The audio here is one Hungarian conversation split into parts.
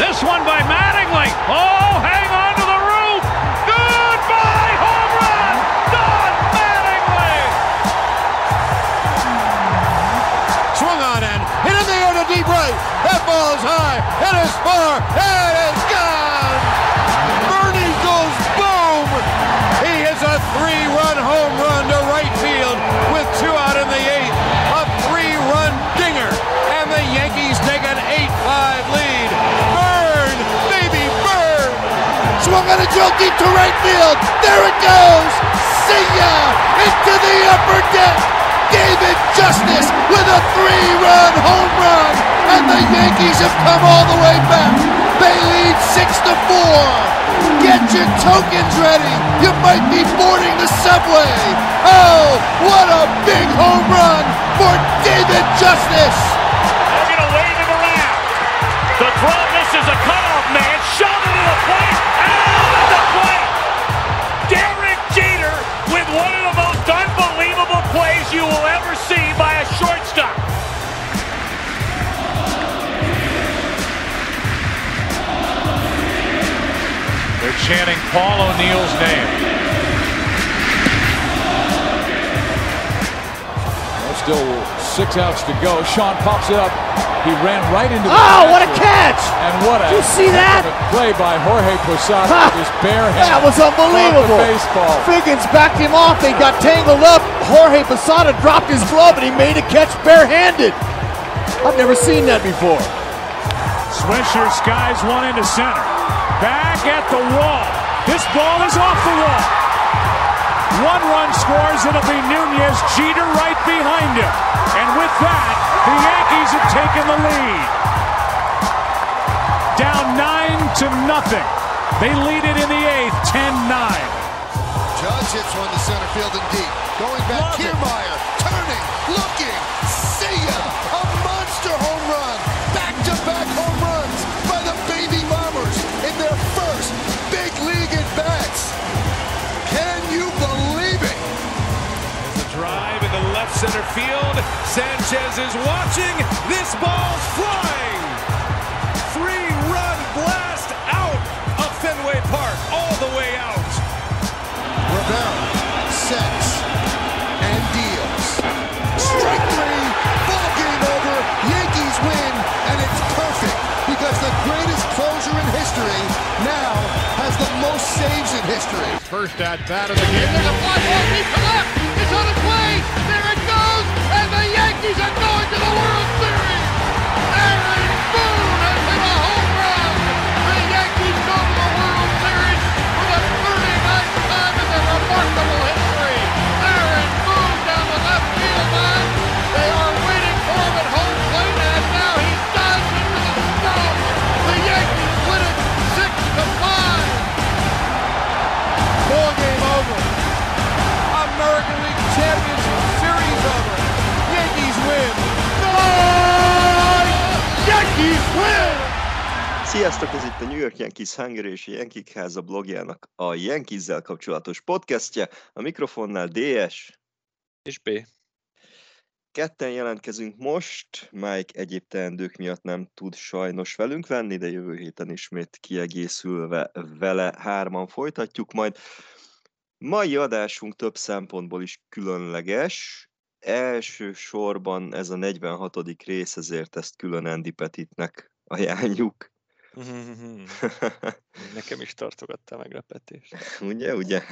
This one by Mattingly. Oh, hang on to the roof. Goodbye, home run. Don Mattingly. Swung on and hit in the air to deep right. That ball is high. It is far. It is gone. Bernie goes boom. He hits a 3-run home run to right field with 2 out in the 8th. A 3-run dinger. And the Yankees take an 8-5 lead. Burn, baby, burn. Swung on a drill deep to right field. There it goes. See ya. Into the upper deck. David Justice with a 3-run home run, and the Yankees have come all the way back. They lead 6-4. Get your tokens ready. You might be boarding the subway. Oh, what a big home run for David Justice. They're going to wave him around. The throw misses a cutoff man. Shot into the plate. Out at the plate. Derek Jeter with one of the most unbelievable plays you will ever see by a shortstop. They're chanting Paul O'Neill's name. Still 6 outs to go. Sean pops it up. He ran right into the what a catch! And what a Did you see that? play by Jorge Posada with his bare hand. That was unbelievable. The baseball. Figgins backed him off. They got tangled up. Jorge Posada dropped his glove and he made a catch barehanded. I've never seen that before. Swisher skies one into center. Back at the wall. This ball is off the wall. 1 run scores. It'll be Nunez. Jeter right behind him. And with that, the Yankees have taken the lead. Down 9-0. They lead it in the 8th, 10-9. Judge hits one to center field and deep. Going back, Kiermaier, turning, looking, see ya! A monster home run! Back-to-back home runs by the Baby Bombers in their first big league at-bats. Can you believe it? The drive in the left center field. Sanchez is watching. This ball's flying. 3-run blast out of Fenway Park, all the way out. Rivera sets and deals. Strike 3, ball game over. Yankees win, and it's perfect because the greatest closer in history now has the most saves in history. First at bat of the game. There's a fly ball deep to left. It's on its way. There it goes. And the Yankees are going to the World Series. Aaron Boone has hit a home run. The Yankees go to the World Series for the 39th time in their remarkable history. Aaron Boone down the left field line. They are waiting for him at home plate, and now he dives into the stone. The Yankees win it 6-5. Ball game over. American League Championship Series over. Yankees win. Yankees win! Sziasztok, ez itt a New York Yankees Hungary és a Yankee Háza blogjának a Yankees-zel kapcsolatos podcastje. A mikrofonnál DS és B. Ketten jelentkezünk most, Mike egyéb teendők miatt nem tud sajnos velünk lenni, de jövő héten ismét kiegészülve vele 3-an folytatjuk majd. Mai adásunk több szempontból is különleges. Elsősorban ez a 46. rész, ezért ezt külön Andy Petitnek ajánljuk. Nekem is tartogatta meglepetést. Ugye?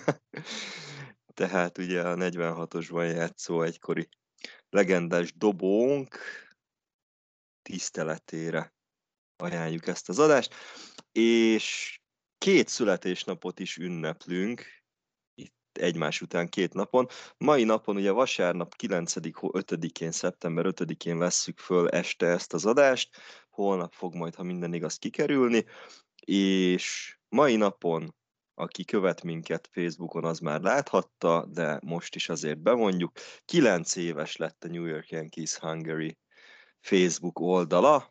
Tehát ugye a 46-osban játszó egykori legendás dobónk tiszteletére ajánljuk ezt az adást, és 2 születésnapot is ünneplünk, itt egymás után 2 napon. Mai napon ugye vasárnap 9-5-én, szeptember 5-én vesszük föl este ezt az adást, holnap fog majd, ha minden igaz, kikerülni, és mai napon, aki követ minket Facebookon, az már láthatta, de most is azért bemondjuk, 9 éves lett a New York Yankees Hungary Facebook oldala,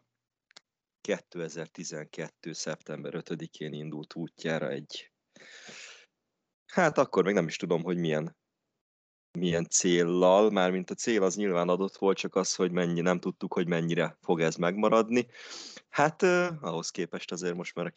2012. szeptember 5-én indult útjára egy, hát akkor még nem is tudom, hogy milyen céllal, mármint a cél az nyilván adott volt, csak az, hogy nem tudtuk, hogy mennyire fog ez megmaradni. Hát ahhoz képest azért most már a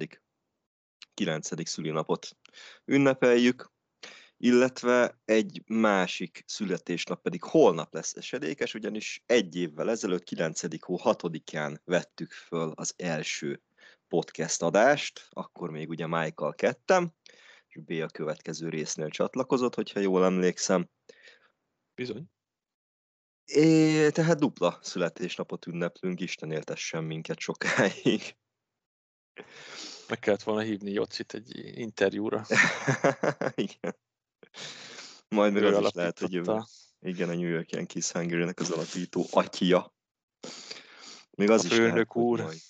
9. szülinapot ünnepeljük, illetve egy másik születésnap pedig holnap lesz esedékes, ugyanis egy évvel ezelőtt, 9. hó 6-án vettük föl az első podcast adást, akkor még ugye Mike-kal kettem, és B a következő résznél csatlakozott, hogyha jól emlékszem. Bizony. Tehát dupla születésnapot ünneplünk, Isten éltessen minket sokáig. Meg kellett volna hívni Jocit egy interjúra. Igen. Majd még Ő az is lehet, hogy jövő. alapította. Igen, a New York Yankees Hungary-nek az alapító atya. Még az A is lehet, főnök hogy úr. majd...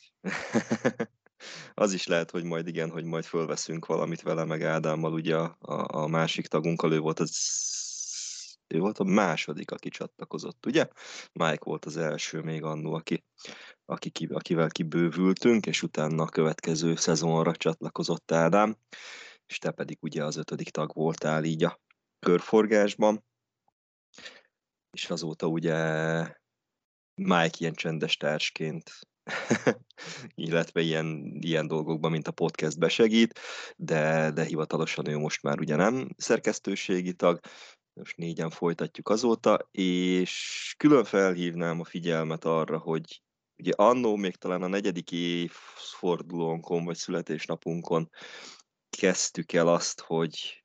az is lehet, hogy majd igen, hogy majd fölveszünk valamit vele, meg Ádámmal, ugye a másik tagunkkal, ő volt a második, aki csatlakozott, ugye? Mike volt az első még annó, akivel kibővültünk, és utána a következő szezonra csatlakozott Ádám, és te pedig ugye az 5. tag voltál így a körforgásban, és azóta ugye Mike ilyen csendes társként, illetve ilyen dolgokban, mint a podcast besegít, de hivatalosan ő most már ugye nem szerkesztőségi tag, most 4-en folytatjuk azóta, és külön felhívnám a figyelmet arra, hogy ugye annó még talán a 4. évfordulónkon, vagy születésnapunkon kezdtük el azt, hogy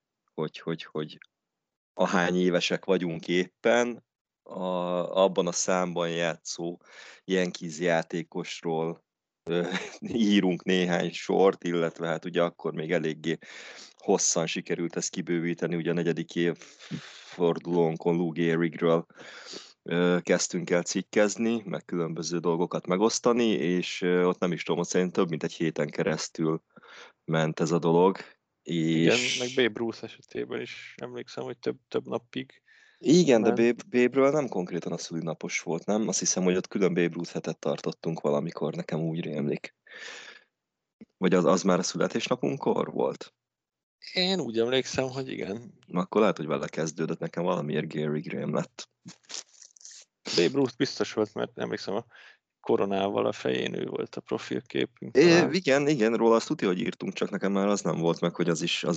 ahány évesek vagyunk éppen, abban a számban játszó Yankees játékosról írunk néhány sort, illetve hát ugye akkor még eléggé hosszan sikerült ezt kibővíteni, ugye a 4. évfordulónkon Lou Gehrigről kezdtünk el cikkezni, meg különböző dolgokat megosztani, és ott nem is tudom, ott szerintem több mint egy héten keresztül ment ez a dolog. És... Igen, meg Babe Ruth esetében is emlékszem, hogy több napig. Igen, de Babe-ről nem konkrétan a szülinapos volt, nem? Azt hiszem, hogy ott külön Babe Ruth hetet tartottunk valamikor, nekem úgy rémlik. Vagy az már a születésnapunkkor volt? Én úgy emlékszem, hogy igen. Akkor lehet, hogy vele kezdődött, nekem valamiért Gehrig rém lett. Babe Ruth biztos volt, mert emlékszem, a koronával a fején ő volt a profilképünk. Igen, róla azt tudja, hogy írtunk, csak nekem már az nem volt meg, hogy az is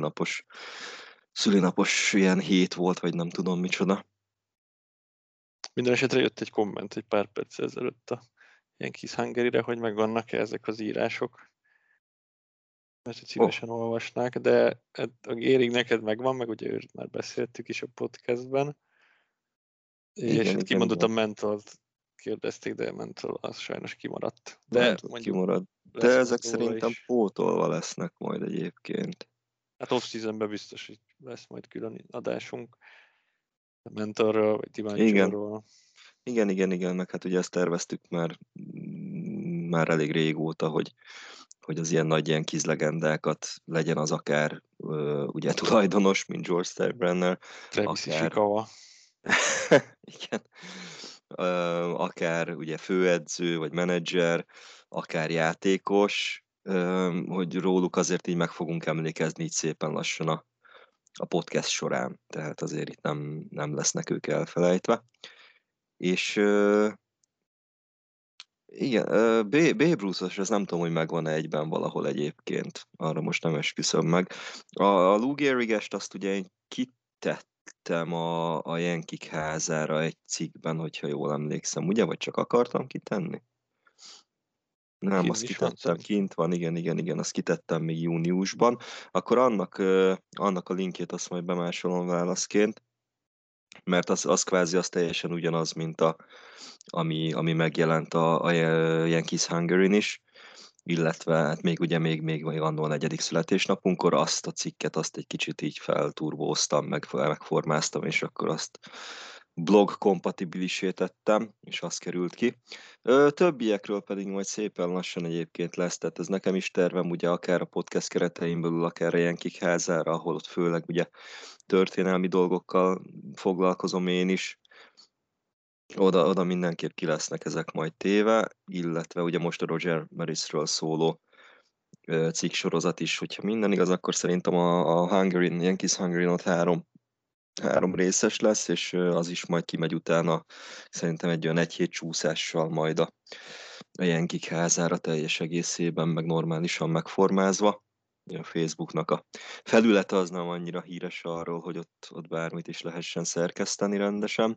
szülinapos ilyen hét volt, vagy nem tudom micsoda. Minden esetre jött egy komment egy pár perc ezelőtt a Yankees Hungary-re, hogy megvannak-e ezek az írások. Mert hogy szívesen olvasnák, de a Gehrig neked megvan, meg ugye őt már beszéltük is a podcastben. És kimondott a Mentolt kérdezték, de Mentol az sajnos kimaradt. De kimaradt. De ezek szerintem is pótolva lesznek majd egyébként. Hát off-seasonben biztos, hogy lesz majd külön adásunk. A Mentorról, vagy Diváncsorról. Igen, meg hát ugye ezt terveztük már elég régóta, hogy az ilyen nagy ilyen legendákat legyen az akár ugye tulajdonos, mint George Steinbrenner. Travis Ishikawa. Igen. Akár ugye főedző, vagy menedzser, akár játékos, hogy róluk azért így meg fogunk emlékezni így szépen lassan a podcast során. Tehát azért itt nem lesznek ők elfelejtve. És igen, Babe Ruth-os, az nem tudom, hogy megvan-e egyben valahol egyébként. Arra most nem esküszöm meg. A Lou Gehrig-est azt ugye én kitettem a Yankee házára egy cikkben, hogyha jól emlékszem, ugye? Vagy csak akartam kitenni? Nem, azt kitettem, kint van, igen, azt kitettem még júniusban. Akkor annak a linkjét azt majd bemásolom válaszként, mert az kvázi az teljesen ugyanaz, mint ami megjelent a Yankees Hungary-n is, illetve hát még annól a 4. születésnapunkkor azt a cikket, azt egy kicsit így felturbóztam, megformáztam, és akkor azt blog kompatibilisé tettem, és az került ki. Többiekről pedig majd szépen lassan egyébként lesz, tehát ez nekem is tervem, ugye akár a podcast keretein belül, akár a Yankee házára, ahol ott főleg ugye történelmi dolgokkal foglalkozom én is. Oda mindenképp ki lesznek ezek majd téve, illetve ugye most a Roger Marisről szóló cikksorozat is, hogyha minden igaz, akkor szerintem a Yankees Hungary ott három részes lesz, és az is majd kimegy utána, szerintem egy olyan 1 hét csúszással majd a Yankee házára teljes egészében, meg normálisan megformázva. A Facebooknak a felülete az nem annyira híres arról, hogy ott bármit is lehessen szerkeszteni rendesen.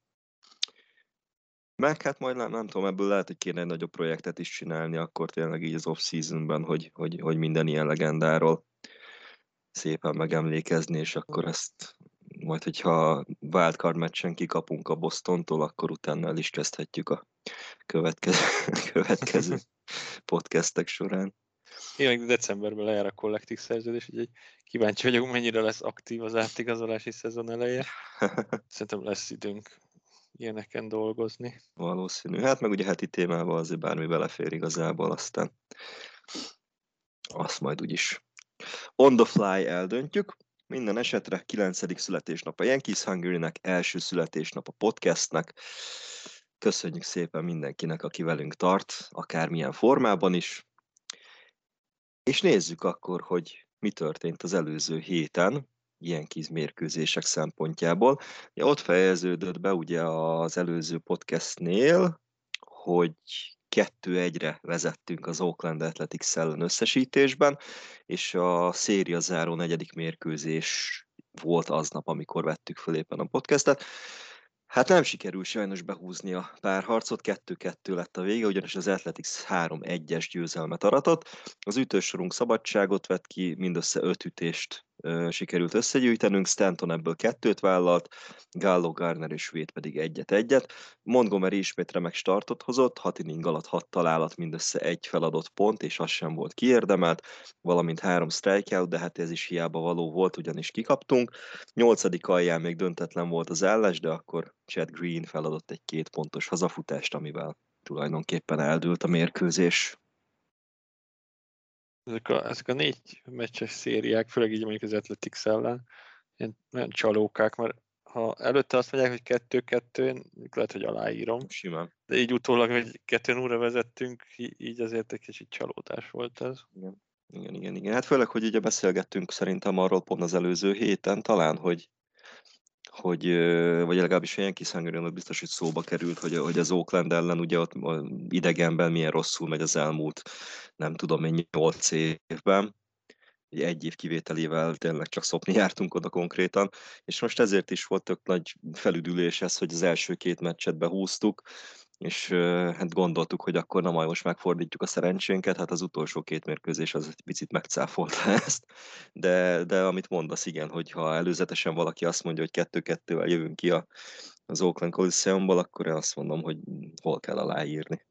Meg hát majd nem tudom, ebből lehet, hogy kéne egy nagyobb projektet is csinálni, akkor tényleg így az off-seasonben, hogy minden ilyen legendáról szépen megemlékezni, és akkor ezt majd, hogyha wildcard meccsen kikapunk a Bostontól, akkor utána el is kezdhetjük a következő podcastek során. Én meg decemberben lejár a kollektív szerződés, úgyhogy kíváncsi vagyok, mennyire lesz aktív az átigazolási szezon eleje. Szerintem lesz időnk ilyeneken dolgozni. Valószínű. Hát meg ugye heti témával azért bármi belefér igazából, aztán azt majd úgyis on the fly eldöntjük. Minden esetre 9. születésnap a Yankees Hungary-nek, első születésnap a podcastnek. Köszönjük szépen mindenkinek, aki velünk tart, akármilyen formában is. És nézzük akkor, hogy mi történt az előző héten, Yankees mérkőzések szempontjából. Ja, ott fejeződött be ugye az előző podcastnél, hogy 2-1-re vezettünk az Oakland Athletics ellen összesítésben, és a széria záró 4. mérkőzés volt aznap, amikor vettük föl éppen a podcastet. Hát nem sikerül sajnos behúzni a párharcot, 2-2 lett a vége, ugyanis az Athletics 3-1-es győzelmet aratott. Az ütősorunk szabadságot vett ki, mindössze 5 ütést sikerült összegyűjtenünk, Stanton ebből 2-t vállalt, Gallo, Garner és Wade pedig 1-1. Montgomery ismét remek startot hozott, 6 inning alatt 6 találat, mindössze 1 feladott pont, és az sem volt kiérdemelt, valamint 3 strikeout, de hát ez is hiába való volt, ugyanis kikaptunk. 8. alján még döntetlen volt az állás, de akkor Chad Green feladott egy 2 pontos hazafutást, amivel tulajdonképpen eldőlt a mérkőzés. Ezek a 4 meccses szériák, főleg így mondjuk az Athletics ellen, ilyen olyan csalókák, mert ha előtte azt mondják, hogy 2-2, én lehet, hogy aláírom. Simán. De így utólag, hogy 2-0-ra vezettünk, így azért egy kicsit csalódás volt ez. Igen. Hát főleg, hogy ugye beszélgettünk szerintem arról pont az előző héten, talán, hogy vagy legalábbis a Yankees Hungary-nak biztos, hogy szóba került, hogy az Oakland ellen ugye ott idegenben milyen rosszul megy az elmúlt, nem tudom én, 8 évben. Egy év kivételével tényleg csak szopni jártunk oda konkrétan, és most ezért is volt tök nagy felüdülés ez, hogy az első 2 meccset behúztuk, és hát gondoltuk, hogy akkor na majd most megfordítjuk a szerencsénket, hát az utolsó 2 mérkőzés az egy picit megcáfolta ezt, de amit mondasz, igen, hogyha előzetesen valaki azt mondja, hogy 2-2-vel jövünk ki az Oakland Coliseumból, akkor én azt mondom, hogy hol kell aláírni.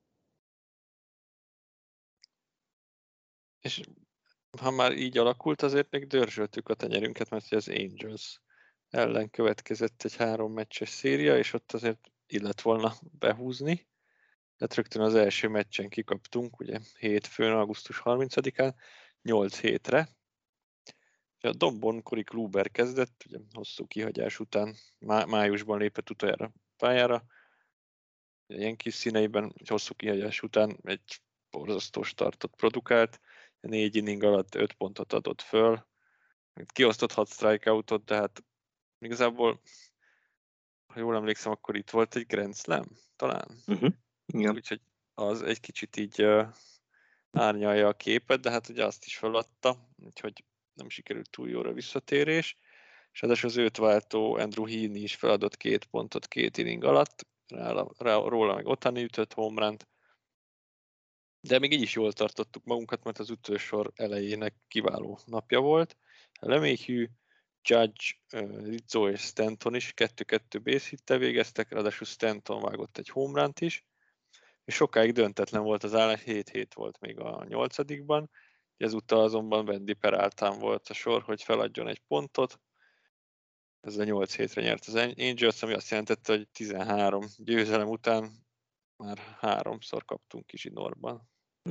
És ha már így alakult, azért még dörzsöltük a tenyerünket, mert az Angels ellen következett egy 3 meccses széria, és ott azért illet volna behúzni. Tehát rögtön az első meccsen kikaptunk, ugye hétfőn, augusztus 30-án, 8 hétre. A dombon Corey Kluber kezdett, ugye hosszú kihagyás után, májusban lépett utoljára pályára. Ilyen kis színeiben, egy hosszú kihagyás után egy borzasztó startot produkált, 4 inning alatt 5 pontot adott föl, kiosztott 6 strikeoutot, de hát igazából, ha jól emlékszem, akkor itt volt egy Grand Slam, talán. Igen. Úgyhogy az egy kicsit így árnyalja a képet, de hát ugye azt is feladta, úgyhogy nem sikerült túl jóra visszatérés, és ráadásul az őt váltó Andrew Heaney is feladott 2 pontot 2 inning alatt, róla meg Ohtani ütött home runt, de még így is jól tartottuk magunkat, mert az ütősor elejének kiváló napja volt. LeMahieu, Judge, Rizzo és Stanton is 2-2 base hittel végeztek, ráadásul Stanton vágott egy home runt is, és sokáig döntetlen volt az állás, 7-7 volt még a 8-ban, ezúttal azonban Wendy Peraltán volt a sor, hogy feladjon egy pontot, ezzel 8 hétre nyert az Angels, ami azt jelentette, hogy 13 győzelem után már 3-szor kaptunk kis zsinórban.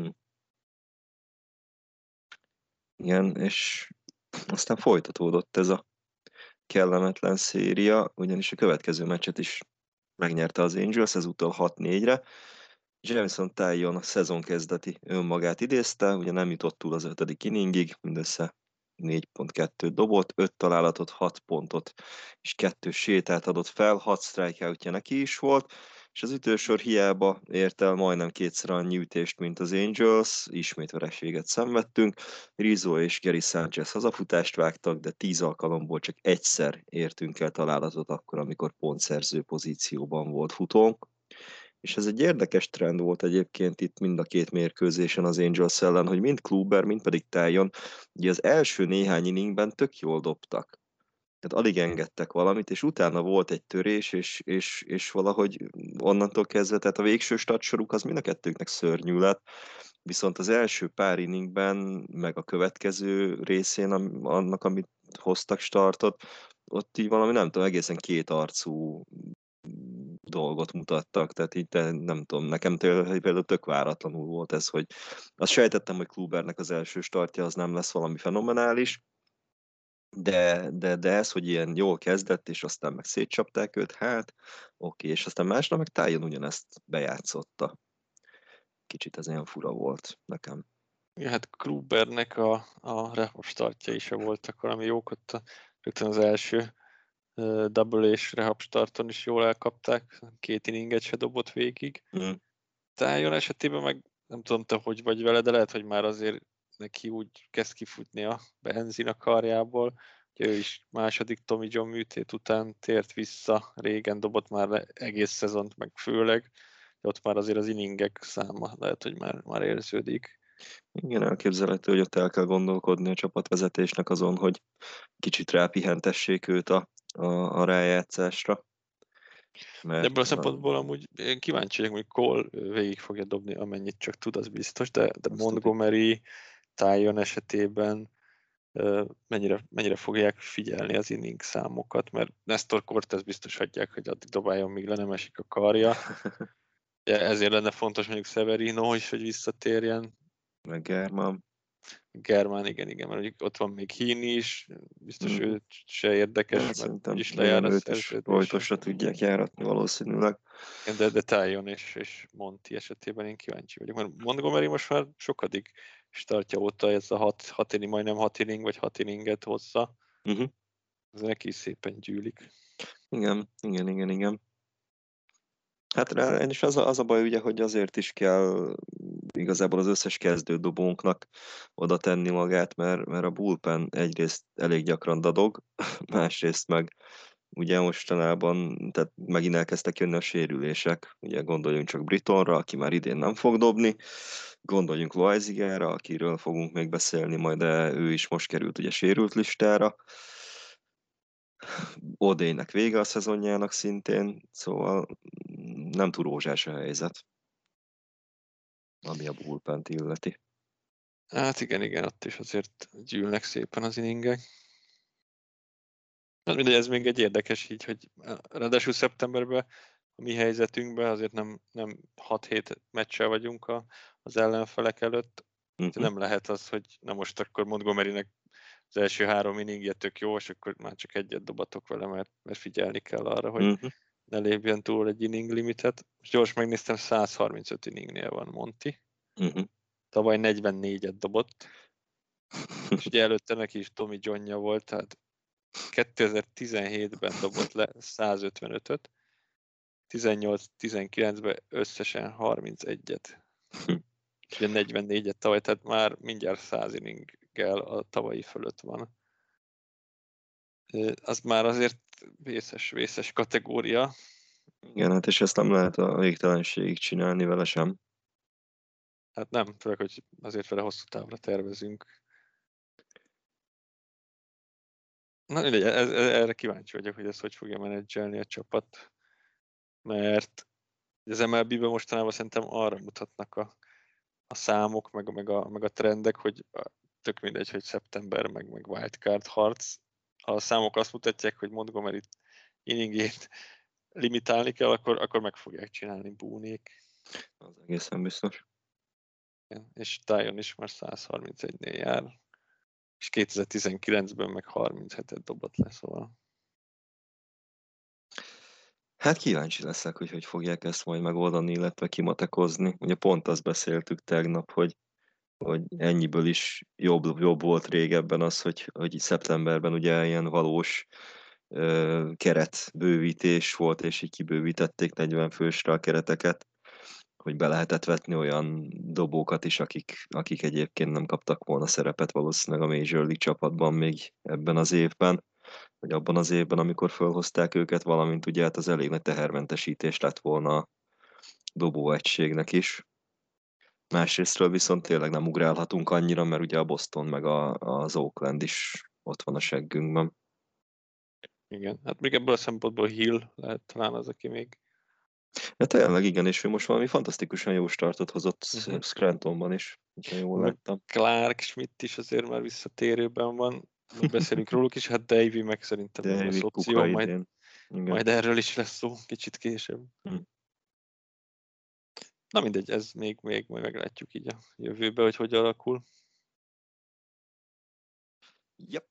Igen, és aztán folytatódott ez a kellemetlen széria, ugyanis a következő meccset is megnyerte az Angels, ezúttal 6-4-re. Jameson Taillon a szezon kezdeti önmagát idézte, ugye nem jutott túl az 5. inningig, mindössze 4.2 dobott, 5 találatot, 6 pontot és 2 sétát adott fel, 6 strikeoutja neki is volt, és az ütősor hiába ért el majdnem kétszer annyi ütést, mint az Angels, ismét vereséget szenvedtünk. Rizzo és Gary Sanchez hazafutást vágtak, de 10 alkalomból csak egyszer értünk el találatot akkor, amikor pontszerző pozícióban volt futónk. És ez egy érdekes trend volt egyébként itt mind a két mérkőzésen az Angels ellen, hogy mind Kluber, mind pedig Taillon, ugye az első néhány inningben tök jól dobtak. Tehát alig engedtek valamit, és utána volt egy törés, és valahogy onnantól kezdve, tehát a végső startsoruk az mind a kettőknek szörnyű lett, viszont az első pár inningben, meg a következő részén annak, amit hoztak startot, ott így valami, nem tudom, egészen kétarcú dolgot mutattak, tehát így nem tudom, nekem például tök váratlanul volt ez, hogy azt sejtettem, hogy Klubernek az első startja az nem lesz valami fenomenális, de ez, hogy ilyen jól kezdett, és aztán meg szétcsapták őt, hát oké, és aztán másnap meg Taillon ugyanezt bejátszotta. Kicsit ez olyan fura volt nekem. Ja, hát Klubernek a rehab startjai is voltak valami jók, ott rögtön az első double és rehab starton is jól elkapták, 2 inninget se dobott végig. Taillon esetében meg nem tudom te, hogy vagy vele, de lehet, hogy már azért neki úgy kezd kifutni a benzin a karjából, hogy ő is második Tommy John műtét után tért vissza, régen dobott már egész szezont, meg főleg, de ott már azért az inningek száma lehet, hogy már érződik. Igen, elképzelhető, hogy ott el kell gondolkodni a csapatvezetésnek azon, hogy kicsit rápihentessék őt a rájátszásra. Mert ebből a szempontból amúgy én kíváncsi vagyok, hogy Cole végig fogja dobni, amennyit csak tud, az biztos, de Montgomery, Taillon esetében mennyire fogják figyelni az inning számokat, mert Nestor Cortez biztos hagyják, hogy addig dobáljon, míg le nem esik a karja. Ezért lenne fontos mondjuk Severino is, hogy visszatérjen. Meg Germán. Germán, igen, mert ott van még Heaney is, biztos ő se érdekes, mert úgyis lejár a szerződés. Rojtosra tudják járatni valószínűleg. De Taillon és Monty esetében én kíváncsi vagyok, mert Montgomery most már sokadik startja óta ez a 6 inning, majdnem 6 inning, vagy 6 inninget hozza. Ez neki is szépen gyűlik. Igen. Hát és az a baj ugye, hogy azért is kell igazából az összes kezdődobónknak oda tenni magát, mert a bullpen egyrészt elég gyakran dadog, másrészt meg ugye mostanában, tehát megint elkezdtek jönni a sérülések, ugye gondoljunk csak Brittonra, aki már idén nem fog dobni, gondoljunk Loaizigára, akiről fogunk még beszélni majd, de ő is most került ugye sérült listára, Odének vége a szezonjának szintén, szóval nem túl rózsás a helyzet, ami a bullpent illeti. Hát igen, ott is azért gyűlnek szépen az inningek. Hát mindegy, ez még egy érdekes így, hogy ráadásul szeptemberben a mi helyzetünkben azért nem 6-7 meccsel vagyunk az ellenfelek előtt. Nem lehet az, hogy na most akkor Montgomerynek az első 3 inningje tök jó, és akkor már csak egyet dobatok vele, mert figyelni kell arra, hogy ne lépjen túl egy inning limitet. Most gyors megnéztem, 135 inningnél van Monty. Tavaly 44-et dobott, és ugye előtte neki is Tommy Johnja volt, tehát 2017-ben dobott le 155-öt, 18-19-ben összesen 31-et. És ugye 44-et tavaly, tehát már mindjárt 100 inninggel a tavalyi fölött van. Az már azért vészes kategória. Igen, hát és ezt nem lehet a végtelenségig csinálni vele sem. Hát nem, főleg, hogy azért vele hosszú távra tervezünk. Na, erre kíváncsi vagyok, hogy ezt hogy fogja menedzselni a csapat, mert az MLB-ben mostanában szerintem arra mutatnak a számok, meg a trendek, hogy tök mindegy, hogy szeptember, meg wildcard harc. A számok azt mutatják, hogy Montgomery inningét limitálni kell, akkor meg fogják csinálni Boonék. Az egészen biztos. És Taillon is már 131-nél jár, és 2019-ben meg 37-et dobott le, szóval. Hát kíváncsi leszek, hogy fogják ezt majd megoldani, illetve kimatekozni. Ugye pont azt beszéltük tegnap, hogy ennyiből is jobb volt régebben az, hogy szeptemberben ugye ilyen valós keretbővítés volt, és így kibővítették 40 fősre a kereteket, hogy be lehetett vetni olyan dobókat is, akik egyébként nem kaptak volna szerepet valószínűleg a Major League csapatban még ebben az évben, vagy abban az évben, amikor felhozták őket, valamint ugye hát az elég nagy tehermentesítés lett volna a dobóegységnek is. Másrésztről viszont tényleg nem ugrálhatunk annyira, mert ugye a Boston meg az Oakland is ott van a seggünkben. Igen, hát még ebből a szempontból Hill lehet talán az, aki még... Ja, tényleg igen, és ő most valami fantasztikusan jó startot hozott Scrantonban is, ha jól Meg láttam. Clark Schmidt is azért már visszatérőben van, beszélünk róluk is, hát Davey meg szerintem nem lesz opció, majd erről is lesz szó kicsit később. Na mindegy, ez még majd meglátjuk így a jövőben, hogy alakul. Yep.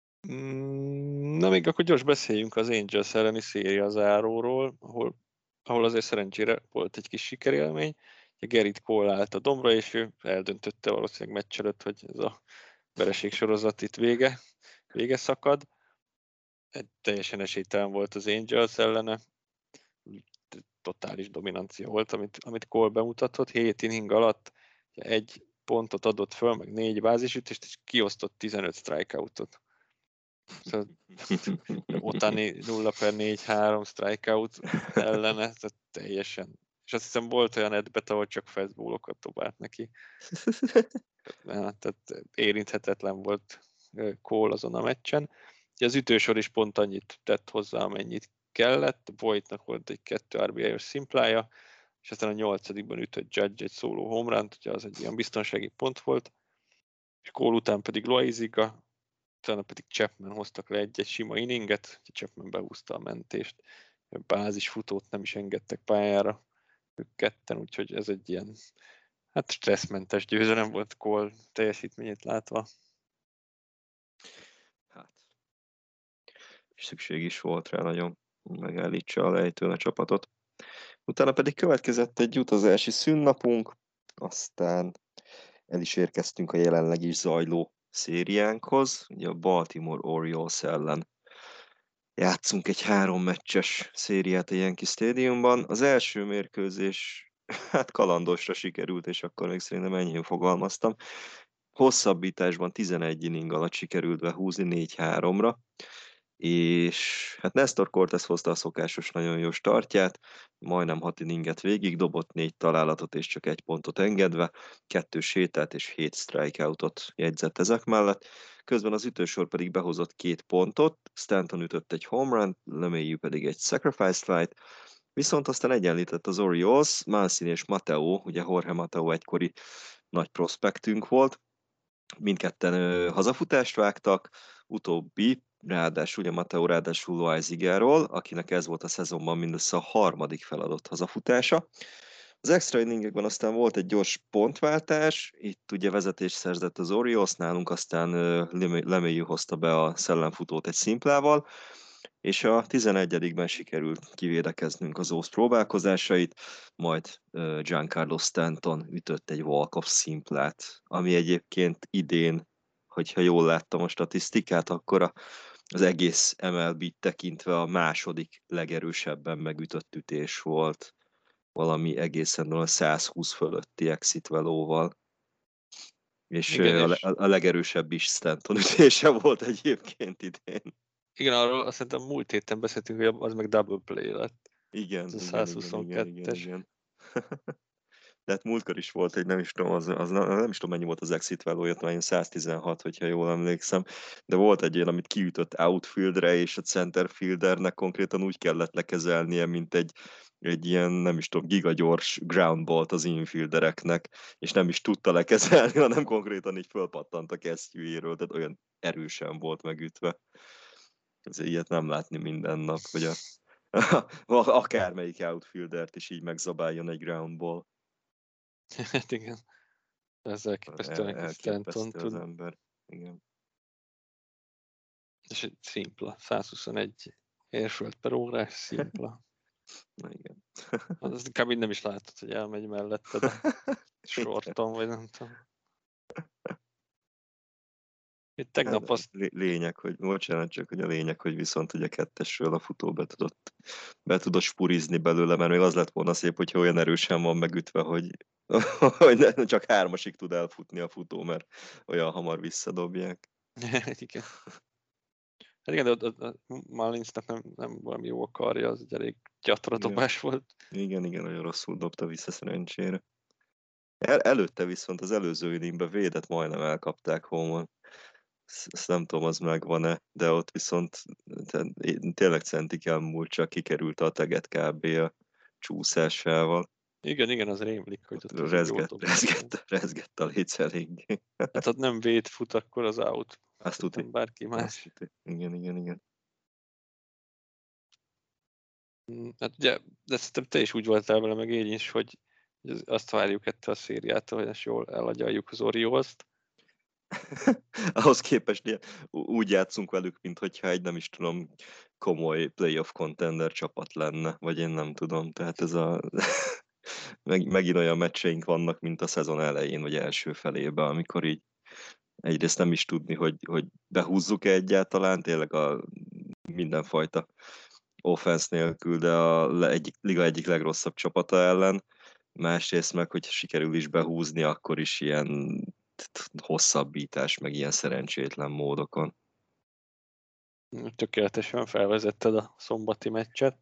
Na még akkor gyors beszéljünk az Angels elleni széria záróról, ahol azért szerencsére volt egy kis sikerélmény. Gerrit Cole állt a dombra, és ő eldöntötte valószínűleg meccs előtt, hogy ez a vereség sorozat itt vége szakad. Teljesen esélytelen volt az Angels ellene. Totális dominancia volt, amit Cole bemutatott. 7 inning alatt 1 pontot adott föl, meg 4 bázisütést, és kiosztott 15 strikeoutot. Szóval, Otani 0/4-3 strikeout ellene, tehát teljesen. És azt hiszem volt olyan edbet, ahol csak fastballokat dobált neki. Tehát érinthetetlen volt Cole azon a meccsen. Az ütősor is pont annyit tett hozzá, amennyit kellett. Voigtnak volt egy 2 RBI-os szimplája, és aztán a 8-ban ütött Judge egy szóló home runt, ugye az egy ilyen biztonsági pont volt. És Cole után pedig Loaiziga, utána pedig Chapman hoztak le egy sima inninget, Chapman behúzta a mentést, bázisfutót nem is engedtek pályára ők ketten, úgyhogy ez egy ilyen stresszmentes győzelem volt Cole teljesítményét látva. Hát, szükség is volt rá nagyon, megállítsa a lejtőn a csapatot. Utána pedig következett egy utazási szünnapunk, aztán el is érkeztünk a jelenleg is zajló szériánkhoz, ugye a Baltimore Orioles ellen játszunk egy 3 meccses szériát a Yankee Stadiumban. Az első mérkőzés kalandosra sikerült, és akkor még szerintem ennyien fogalmaztam. Hosszabbításban 11 inning alatt sikerült behúzni 4-3-ra, és hát Nestor Cortez hozta a szokásos nagyon jó startját, majdnem 6 inninget végig, dobott 4 találatot és csak 1 pontot engedve, 2 sétát és 7 strikeoutot jegyzett ezek mellett. Közben az ütősor pedig behozott 2 pontot, Stanton ütött egy home run, LeMahieu pedig egy sacrifice flight, viszont aztán egyenlített az Orioles, Mancini és Mateo, ugye Jorge Mateo egykori nagy prospektünk volt, mindketten hazafutást vágtak, utóbbi, ráadásul ugye Mateo ráadásul Loaizigáról, akinek ez volt a szezonban mindössze a 3. feladott hazafutása. Az extra inningekben aztán volt egy gyors pontváltás, itt ugye vezetés szerzett az Orioles, nálunk aztán LeMahieu hozta be a szellemfutót egy szimplával, és a 11-ben sikerült kivédekeznünk az O's próbálkozásait, majd Giancarlo Stanton ütött egy walk-off szimplát, ami egyébként idén, hogyha jól láttam a statisztikát, akkor az egész MLB-t tekintve a második legerősebben megütött ütés volt, valami egészen a 120 fölötti exit velóval. És igen, a legerősebb is Stanton ütése volt egyébként idén. Igen, arról azt hiszem múlt héten beszéltünk, hogy az meg double play lett. Igen, ez a 122-es. Igen. De hát múltkor is volt egy, nem is tudom, nem is tudom mennyi volt az exit valója, talán 116, hogyha jól emlékszem, de volt egy olyan, amit kiütött outfieldre, és a centerfieldernek konkrétan úgy kellett lekezelnie, mint egy ilyen, nem is tudom, gigagyors groundballt az infieldereknek, és nem is tudta lekezelni, hanem konkrétan így fölpattant a kesztyűjéről, tehát olyan erősen volt megütve. Ezért ilyet nem látni minden nap, hogy akármelyik outfieldert is így megzabáljon egy groundball. Hát igen. Ez elképesztően Stanton az ember. Igen. És egy szimpla. 121 érsölt per órás szimpla. Na igen. Az kb. Nem is látod, hogy elmegy melletted a sorton, vagy nem tudom. Itt tegnap azt... Lényeg, hogy bocsánat, csak hogy a lényeg, hogy viszont ugye kettesről a futó be tudott spurizni belőle, mert még az lett volna szép, hogyha olyan erősen van megütve, hogy csak 3-asig tud elfutni a futó, mert olyan hamar visszadobják. Igen. Hát igen, de a Mullinsnak nem valami jó a karja, az egy elég gyatra dobás volt. Igen, nagyon rosszul dobta vissza szerencsére. Előtte viszont az előző inningben védett, majdnem elkapták Home-on. Ezt nem tudom, az megvan-e, de ott viszont tényleg centig elmúlt, csak kikerült a teget kb. A csúszásával. Igen, az rémlik, hogy ott rezgett a léc eléggé. Hát ott nem véd fut, akkor az out. Azt tudni. Bárki más. Igen. Hát ugye, de szerintem te is úgy voltál vele, meg én is, hogy azt várjuk ettől a szériától, hogy ezt jól elagyaljuk az Orioles-t. Ahhoz képest úgy játszunk velük, mintha egy, nem is tudom, komoly playoff contender csapat lenne, vagy én nem tudom. Tehát ez a... megint olyan meccseink vannak, mint a szezon elején, vagy első felében, amikor így egyrészt nem is tudni, hogy behúzzuk-e egyáltalán, tényleg a mindenfajta offense nélkül, de a liga egyik legrosszabb csapata ellen, másrészt meg, hogy sikerül is behúzni, akkor is ilyen hosszabbítás, meg ilyen szerencsétlen módokon. Tökéletesen felvezetted a szombati meccset,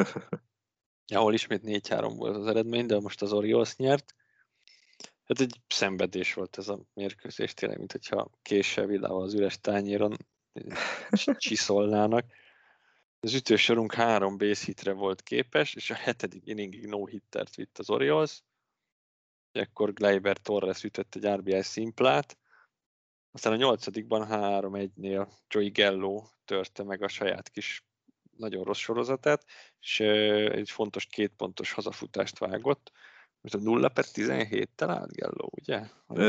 ahol ismét 4-3 volt az eredmény, de most az Orioles nyert. Hát egy szenvedés volt ez a mérkőzés, tényleg, mint hogyha késsel vidával az üres tányéron csiszolnának. Az ütősorunk 3 base hitre volt képes, és a 7. inningig no-hittert vitt az Orioles. Ekkor Gleyber Torres ütött egy RBI szimplát, aztán a 8-ban 3-1-nél Joey Gallo törte meg a saját kis nagyon rossz sorozatát, és egy fontos 2 pontos hazafutást vágott. Most a 0/17-tel állt Gallo, ugye?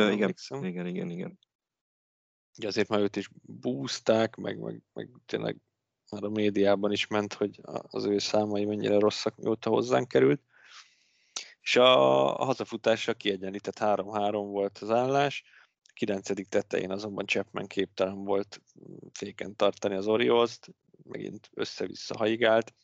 Igen. Ugye azért már őt is búzták, meg tényleg már a médiában is ment, hogy az ő számai mennyire rosszak, mióta hozzánk került. És a hazafutással kiegyenlített 3-3 volt az állás. A 9. tetején azonban Chapman képtelen volt féken tartani az Orioles-t, megint össze-vissza haigált,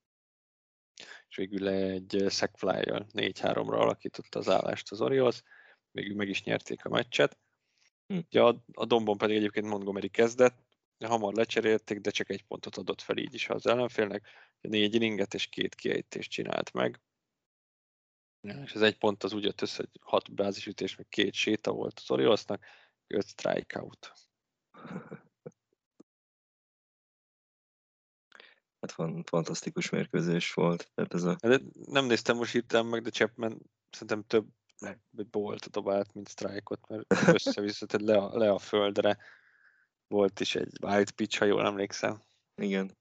és végül egy sac fly-jal 4-3-ra alakította az állást az Orioles, végül meg is nyerték a meccset. Ugye a dombon pedig egyébként Montgomery kezdett, hamar lecserélték, de csak 1 pontot adott fel így is az ellenfélnek, 4 inninget és 2 kiejtést csinált meg. És az 1 pont az úgy jött össze, hogy 6 bázisütés, meg 2 séta volt az Oriolesnak, 5 strikeout. Hát fantasztikus mérkőzés volt. Tehát ez a... De nem néztem most hirtelen meg, de Chapman szerintem több bolt dobált, mint strike-ot, mert össze-vissza, tehát le a földre volt is egy wild pitch, ha jól emlékszem. Igen.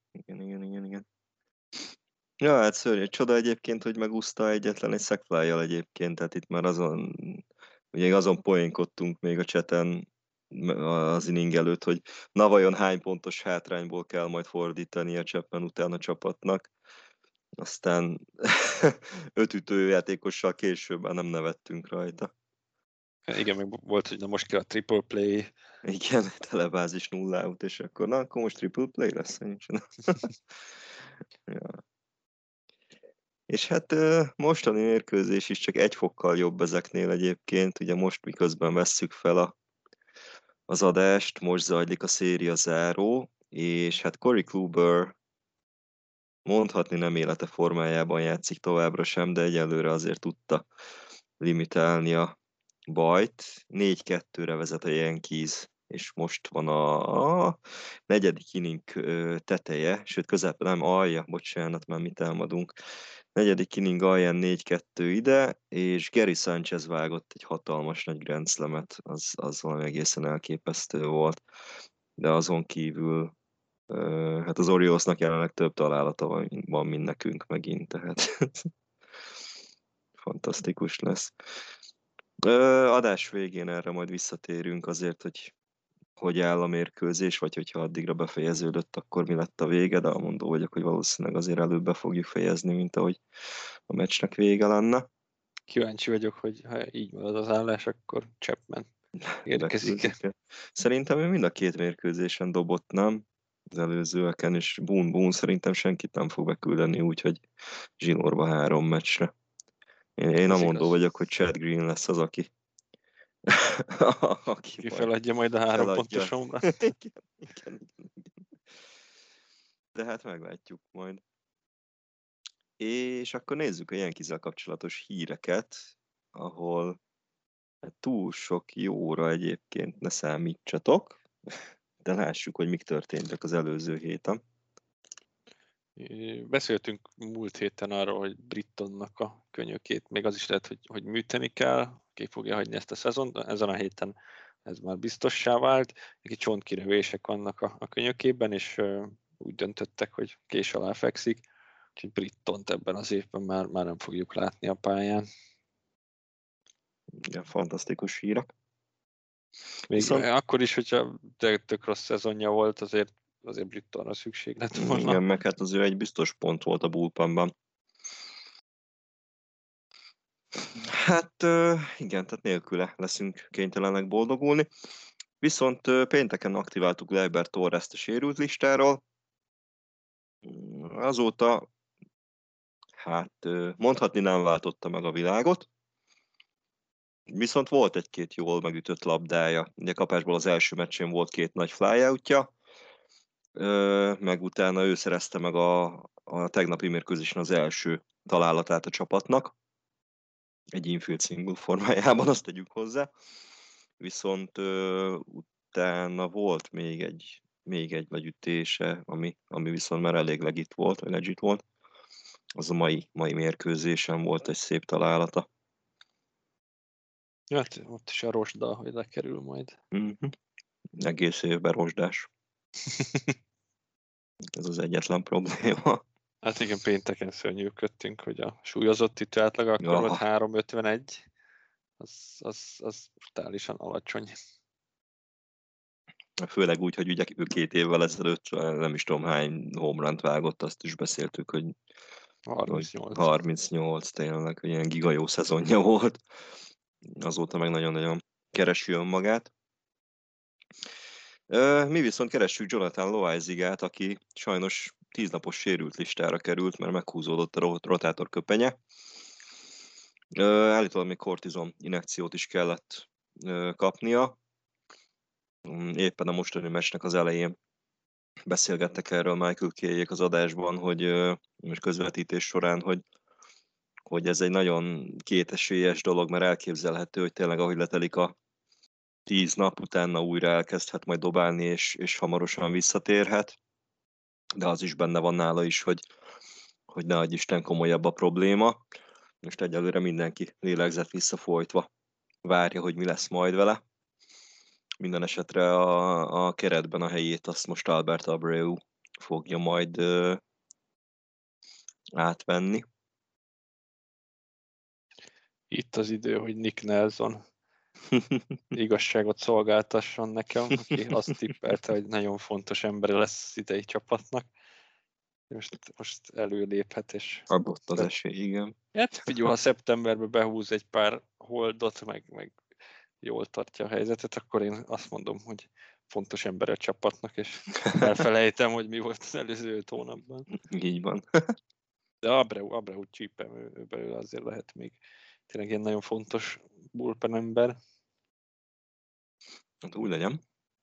Ja, hát szörnyű. Csoda egyébként, hogy megúszta egyetlen egy sac fly-jal egyébként, tehát itt már azon poénkodtunk még a chaten az inning előtt, hogy na vajon hány pontos hátrányból kell majd fordítani a Chapman után a csapatnak. Aztán 5 ütőjátékossal később már nem nevettünk rajta. Igen, meg volt, hogy na most kell a triple play. Igen, telebázis 0 out, és akkor most triple play lesz. Ja. És hát mostani mérkőzés is csak 1 fokkal jobb ezeknél egyébként. Ugye most miközben vesszük fel az adást, most zajlik a széria záró, és hát Corey Kluber mondhatni nem élete formájában játszik továbbra sem, de egyelőre azért tudta limitálni a bajt. 4-2-re vezet a Yankees, és most van a 4. inning teteje, sőt nem alja, bocsánat, már mit támadunk. 4. inning alján 4-2 ide, és Gary Sanchez vágott egy hatalmas nagy Grand Slamet, az valami egészen elképesztő volt. De azon kívül hát az Oriolesnak jelenleg több találata van, mint nekünk megint, tehát fantasztikus lesz. Adás végén erre majd visszatérünk azért, hogy áll a mérkőzés, vagy hogyha addigra befejeződött, akkor mi lett a vége, de amondó vagyok, hogy valószínűleg azért előbb be fogjuk fejezni, mint ahogy a meccsnek vége lenne. Kíváncsi vagyok, hogy ha így marad az állás, akkor Chapman érkezik. Szerintem ő mind a két mérkőzésen dobott, nem? Az előzőeken, és Boone szerintem senkit nem fog beküldeni, úgyhogy zsinórba 3 meccsre. Én Ez amondó igaz. vagyok, hogy Chad Green lesz az, aki Ki feladja majd a 3 pontos homrant. igen. De hát meglátjuk majd. És akkor nézzük a Yankees-zel kapcsolatos híreket, ahol túl sok jóra egyébként ne számítsatok, de lássuk, hogy mik történtek az előző héten. Beszéltünk múlt héten arról, hogy Brittonnak a könyökét, még az is lehet, hogy műteni kell, ki fogja hagyni ezt a szezont, ezen a héten ez már biztossá vált, neki csontkirövések vannak a könyökében, és úgy döntöttek, hogy kés alá fekszik, úgyhogy Brittont ebben az évben már nem fogjuk látni a pályán. Igen, fantasztikus hírek. Még viszont akkor is, hogyha tök rossz szezonja volt, azért Brittonra szükség lett volna. Igen, meg hát az ő egy biztos pont volt a bullpenben. Hát igen, tehát nélküle leszünk kénytelenek boldogulni. Viszont pénteken aktiváltuk Leiber Torrest a sérült listáról. Azóta hát mondhatni nem váltotta meg a világot. Viszont volt egy-két jól megütött labdája. Ugye kapásból az első meccsén volt 2 nagy flyoutja, meg utána ő szerezte meg a tegnapi mérkőzésen az első találatát a csapatnak. Egy infield single formájában, azt tegyük hozzá. Viszont utána volt még egy nagy ütése, ami viszont már elég legit volt. Az a mai mérkőzésen volt egy szép találata. Ja, hát ott is a rozsda, hogy lekerül majd. Mm-hmm. Egész évben rozsdás. Ez az egyetlen probléma. Hát igen, pénteken szörnyűködtünk, hogy a súlyozott ütő átlag akkor volt 3.51. Az brutálisan alacsony. Főleg úgy, hogy ugye ő 2 évvel ezelőtt nem is tudom hány home runt vágott, azt is beszéltük, hogy 38 tényleg, hogy ilyen gigajó szezonja volt. Azóta meg nagyon-nagyon keresi önmagát. Mi viszont keressük Jonathan Loáizigát, aki sajnos 10 napos sérült listára került, mert meghúzódott a rotátor köpenye. Állítólag még kortizon injekciót is kellett kapnia. Éppen a mostani meccsnek az elején beszélgettek erről Michael Kay-ék az adásban, hogy most közvetítés során, hogy ez egy nagyon kétesélyes dolog, mert elképzelhető, hogy tényleg ahogy letelik a 10 nap, utána újra elkezdhet majd dobálni, és hamarosan visszatérhet. De az is benne van nála is, hogy ne adj Isten, komolyabb a probléma. Most egyelőre mindenki lélegzett visszafolytva várja, hogy mi lesz majd vele. Minden esetre a keretben a helyét azt most Albert Abreu fogja majd átvenni. Itt az idő, hogy Nick Nelson igazságot szolgáltasson nekem, aki azt tippelte, hogy nagyon fontos ember lesz az idei csapatnak. Most előléphet, és... Adott az esély, igen. Hát figyelj, ha szeptemberben behúz egy pár holdot, meg jól tartja a helyzetet, akkor én azt mondom, hogy fontos ember a csapatnak, és elfelejtem, hogy mi volt az előző 5 hónapban. Így van. De Abreu csípem, ő belőle azért lehet még tényleg ilyen nagyon fontos bullpen ember. Hát úgy legyen.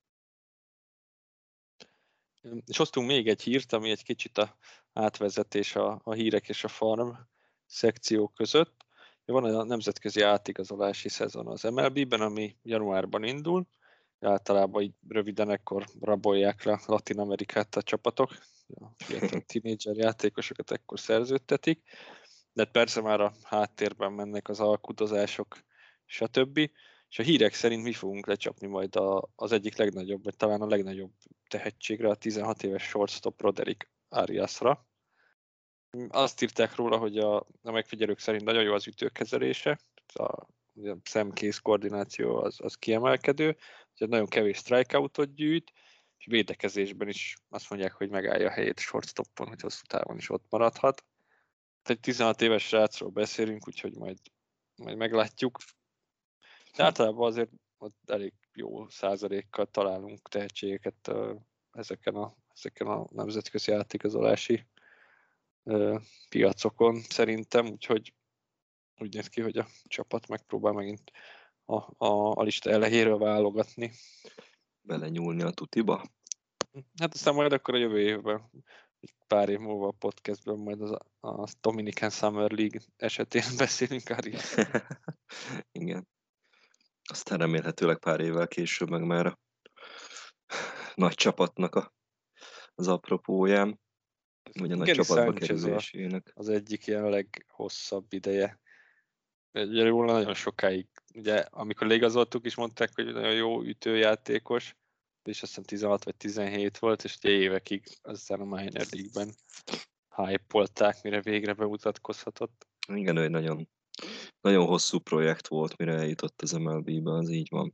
És hoztunk még egy hírt, ami egy kicsit a átvezetés a hírek és a farm szekció között. Van a nemzetközi átigazolási szezon az MLB-ben, ami januárban indul. Általában így röviden ekkor rabolják le Latin Amerikát a csapatok. A fiatal tínédzser játékosokat ekkor szerződtetik. De persze már a háttérben mennek az alkudozások, stb. És a hírek szerint mi fogunk lecsapni majd az egyik legnagyobb, vagy talán a legnagyobb tehetségre, a 16 éves shortstop Roderick Ariasra. Azt írták róla, hogy a megfigyelők szerint nagyon jó az ütőkezelése, a szemkész koordináció az kiemelkedő, hogy nagyon kevés strikeoutot gyűjt, és védekezésben is azt mondják, hogy megállja a helyét shortstopon, hogy hosszú távon is ott maradhat. Egy 16 éves srácról beszélünk, úgyhogy majd meglátjuk. De általában azért ott elég jó százalékkal találunk tehetségeket ezeken a nemzetközi átigazolási piacokon szerintem, úgyhogy úgy néz ki, hogy a csapat megpróbál megint a lista elejéről válogatni. Belenyúlni a tutiba? Hát aztán majd akkor a jövő évben, egy pár év múlva a podcastben majd a Dominican Summer League esetén beszélünk, Ári. Igen. Aztán remélhetőleg pár évvel később meg már a nagy csapatnak az apropóján, vagy a nagy Gary csapatba Sanchez kerülésének. az egyik ilyen leghosszabb ideje. Ugye róla nagyon sokáig, ugye amikor leigazoltuk is mondták, hogy nagyon jó ütőjátékos, és azt hiszem 16 vagy 17 volt, és ugye évekig aztán a minor league-ben hype-olták, mire végre bemutatkozhatott. Igen, ő egy nagyon, nagyon hosszú projekt volt, mire eljutott az MLB-be, az így van.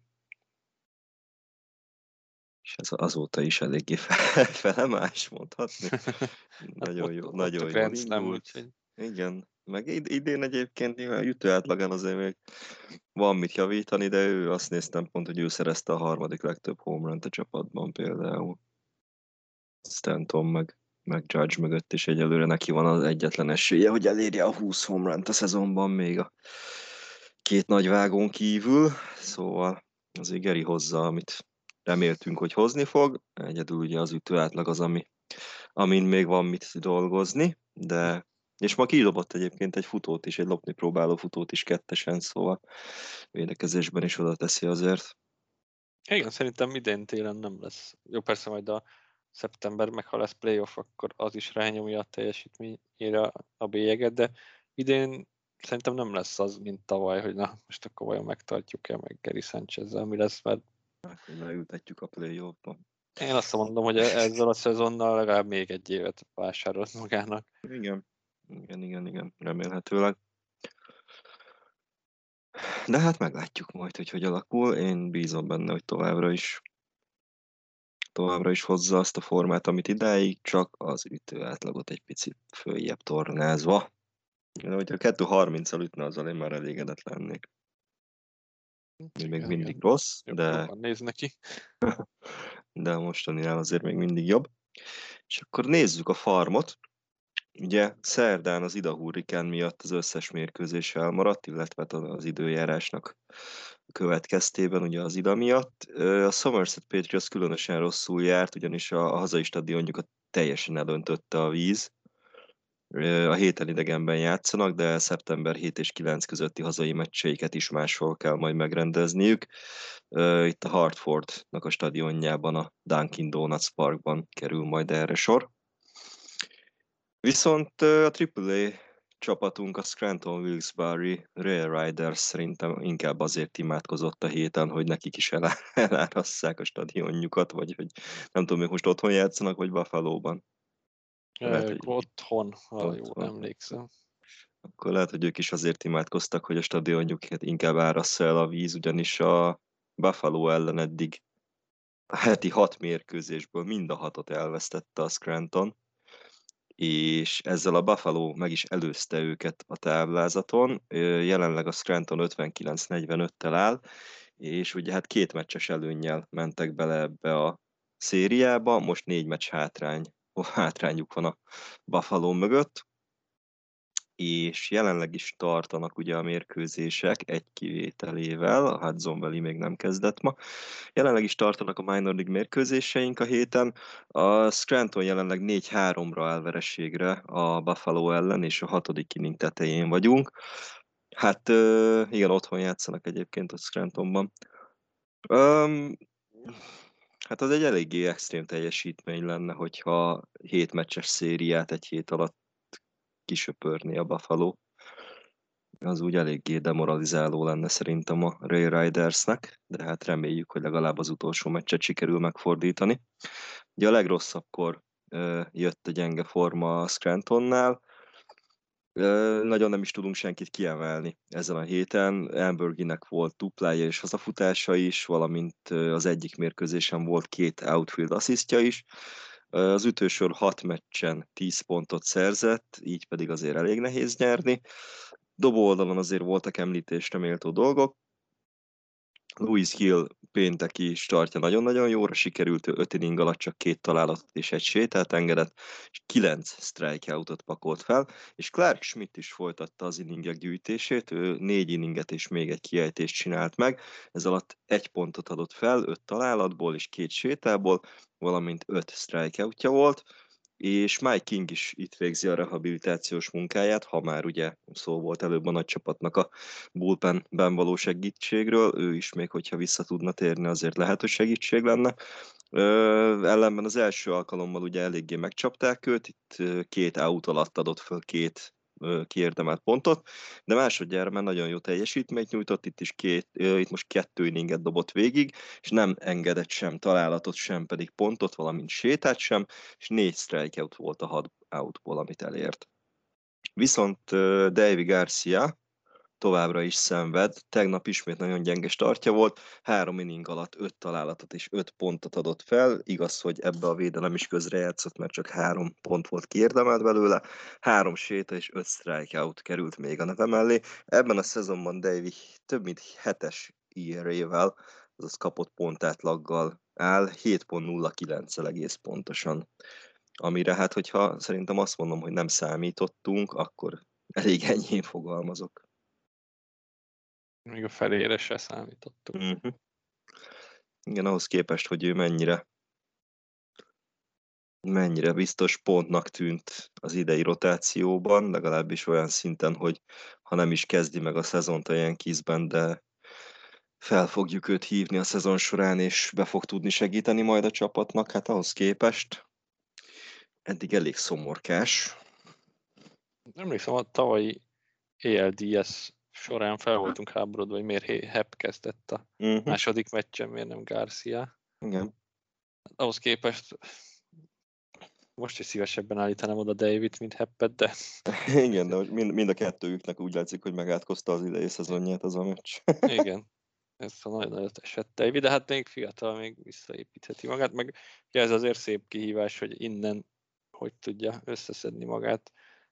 És ez azóta is eléggé felemás, mondhatni. Nagyon jó, nagyon jól indult. Igen, meg idén egyébként a ütő átlagán azért még van mit javítani, de ő azt néztem pont, hogy ő szerezte a harmadik legtöbb home run-t a csapatban például. Stanton meg Judge mögött is egyelőre neki van az egyetlen esélye, hogy elérje a 20 home run-t a szezonban még a két nagy vágón kívül, szóval azért Gary hozza, amit reméltünk, hogy hozni fog. Egyedül ugye az ütő átlag az, amin még van mit dolgozni, de és ma kidobott egyébként egy futót is, egy lopni próbáló futót is kettesen, szóval védekezésben is oda teszi azért. Igen, szerintem idén télen nem lesz. Jó, persze majd a szeptember, meg ha lesz playoff, akkor az is rányomja a teljesítményére a bélyeget, de idén szerintem nem lesz az, mint tavaly, hogy na, most akkor vajon megtartjuk-e meg Gary Sanchez-zel, mi lesz, mert leültetjük a playoffba. Én azt mondom, hogy ezzel a szezonnal legalább még egy évet vásárolt magának. Igen, remélhetőleg. De hát meglátjuk majd, hogy alakul. Én bízom benne, hogy továbbra is hozza azt a formát, amit idáig, csak az ütő átlagot egy picit följebb tornázva. De hogyha 2.30-al ütne, azzal én már elégedett lennék. Még mindig rossz, de néz neki. De a mostaninál azért még mindig jobb. És akkor nézzük a farmot. Ugye szerdán az Ida hurrikán miatt az összes mérkőzés elmaradt, illetve az időjárásnak következtében ugye az Ida miatt. A Somerset Patriots különösen rosszul járt, ugyanis a hazai stadionjukat teljesen elöntötte a víz. A héten idegenben játszanak, de szeptember 7 és 9 közötti hazai meccseiket is máshol kell majd megrendezniük. Itt a Hartfordnak a stadionjában, a Dunkin Donuts Parkban kerül majd erre sor. Viszont a AAA csapatunk, a Scranton Wilkes-Barre Rail Riders szerintem inkább azért imádkozott a héten, hogy nekik is elárasszák a stadionjukat, vagy hogy nem tudom, még most otthon játszanak, vagy Buffalo-ban. Otthon, ha jól emlékszem. Akkor lehet, hogy ők is azért imádkoztak, hogy a stadionjukat inkább árassza el a víz, ugyanis a Buffalo ellen eddig heti 6 mérkőzésből mind a 6-ot elvesztette a Scranton, és ezzel a Buffalo meg is előzte őket a táblázaton. Jelenleg a Scranton 59-45-tel áll, és ugye hát 2 meccses előnnyel mentek bele ebbe a szériába, most 4 meccs hátrányuk van a Buffalo mögött, és jelenleg is tartanak ugye a mérkőzések egy kivételével, a Hudson Valley még nem kezdett ma. Jelenleg is tartanak a minor league mérkőzéseink a héten. A Scranton jelenleg 4-3-ra áll vereségre a Buffalo ellen, és a 6. inning tetején vagyunk. Hát igen, otthon játszanak egyébként a Scrantonban. Hát az egy eléggé extrém teljesítmény lenne, hogyha 7 meccses szériát egy hét alatt kisöpörni a Buffalo. Az úgy eléggé demoralizáló lenne szerintem a Rail Ridersnek, de hát reméljük, hogy legalább az utolsó meccset sikerül megfordítani. Ugye a legrosszabbkor jött a gyenge forma a Scrantonnál. Nagyon nem is tudunk senkit kiemelni ezen a héten. Amberginek volt duplája és hazafutása is, valamint az egyik mérkőzésen volt 2 outfield asszisztja is. Az ütősor 6 meccsen 10 pontot szerzett, így pedig azért elég nehéz nyerni. Dobó oldalon azért voltak említésre méltó dolgok. Louis Hill pénteki startja nagyon-nagyon jóra sikerült, 5 inning alatt csak 2 találatot és egy sétát engedett, és 9 strikeoutot pakolt fel, és Clark Schmidt is folytatta az inningek gyűjtését, ő 4 inninget és még egy kiejtést csinált meg, ez alatt 1 pontot adott fel, 5 találatból és 2 sétából, valamint 5 strikeoutja volt, és Mike King is itt végzi a rehabilitációs munkáját, ha már ugye szó volt előbb a nagy csapatnak a bullpenben való segítségről, ő is még, hogyha vissza tudna térni, azért lehet, hogy segítség lenne. Ellenben az első alkalommal ugye eléggé megcsapták őt, itt 2 out alatt adott föl 2 kiérdemelt pontot, de másodjára már nagyon jó teljesítményt nyújtott, itt most 2 inninget dobott végig, és nem engedett sem találatot, sem pedig pontot, valamint sétát sem, és 4 strikeout volt a 6 outból, amit elért. Viszont Deivi Garcia továbbra is szenved, tegnap ismét nagyon gyenge startja volt, 3 inning alatt 5 találatot és 5 pontot adott fel, igaz, hogy ebbe a védelem is közrejátszott, mert csak 3 pont volt kiérdemelt belőle, 3 séta és 5 strikeout került még a neve mellé. Ebben a szezonban Davey több mint 7-es ERA-vel, azaz kapott pontátlaggal áll, 7.09-el egész pontosan. Amire hát, hogyha szerintem azt mondom, hogy nem számítottunk, akkor elég enyhén fogalmazok. Még a felére se számítottuk. Uh-huh. Igen, ahhoz képest, hogy ő mennyire biztos pontnak tűnt az idei rotációban, legalábbis olyan szinten, hogy ha nem is kezdi meg a szezont a Yankeesben, de fel fogjuk őt hívni a szezon során, és be fog tudni segíteni majd a csapatnak, hát ahhoz képest eddig elég szomorkás. Emlékszem, a tavalyi ALDS során fel voltunk háborodva, hogy miért Hepp kezdett a második meccsen, miért nem Garcia. Igen. Ahhoz képest most is szívesebben állítanám oda David, mint Heppet, de... Igen, de mind a kettőjüknek úgy látszik, hogy megátkozta az idei szezonját az a meccs. Igen, ez a nagyon nagyot esett David, de hát még fiatal, még visszaépítheti magát, meg ugye ez azért szép kihívás, hogy innen hogy tudja összeszedni magát.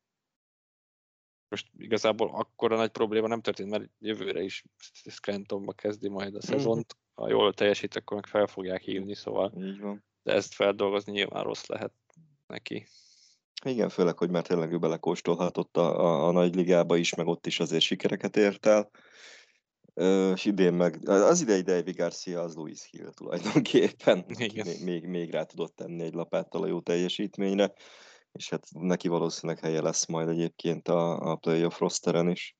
Most igazából akkora nagy probléma nem történt, mert jövőre is Scrantonba kezdi majd a szezont. Ha jól teljesít, akkor meg fel fogják hívni, szóval Így van. De ezt feldolgozni nyilván rossz lehet neki. Igen, főleg, hogy már tényleg ő belekóstolhatott a nagy ligába is, meg ott is azért sikereket ért el. És idén meg, az idei Deivi Garcia az Louis Hill tulajdonképpen, még rá tudott tenni egy lapáttal a jó teljesítményre, és hát neki valószínűleg helye lesz majd egyébként a playoff rosteren is.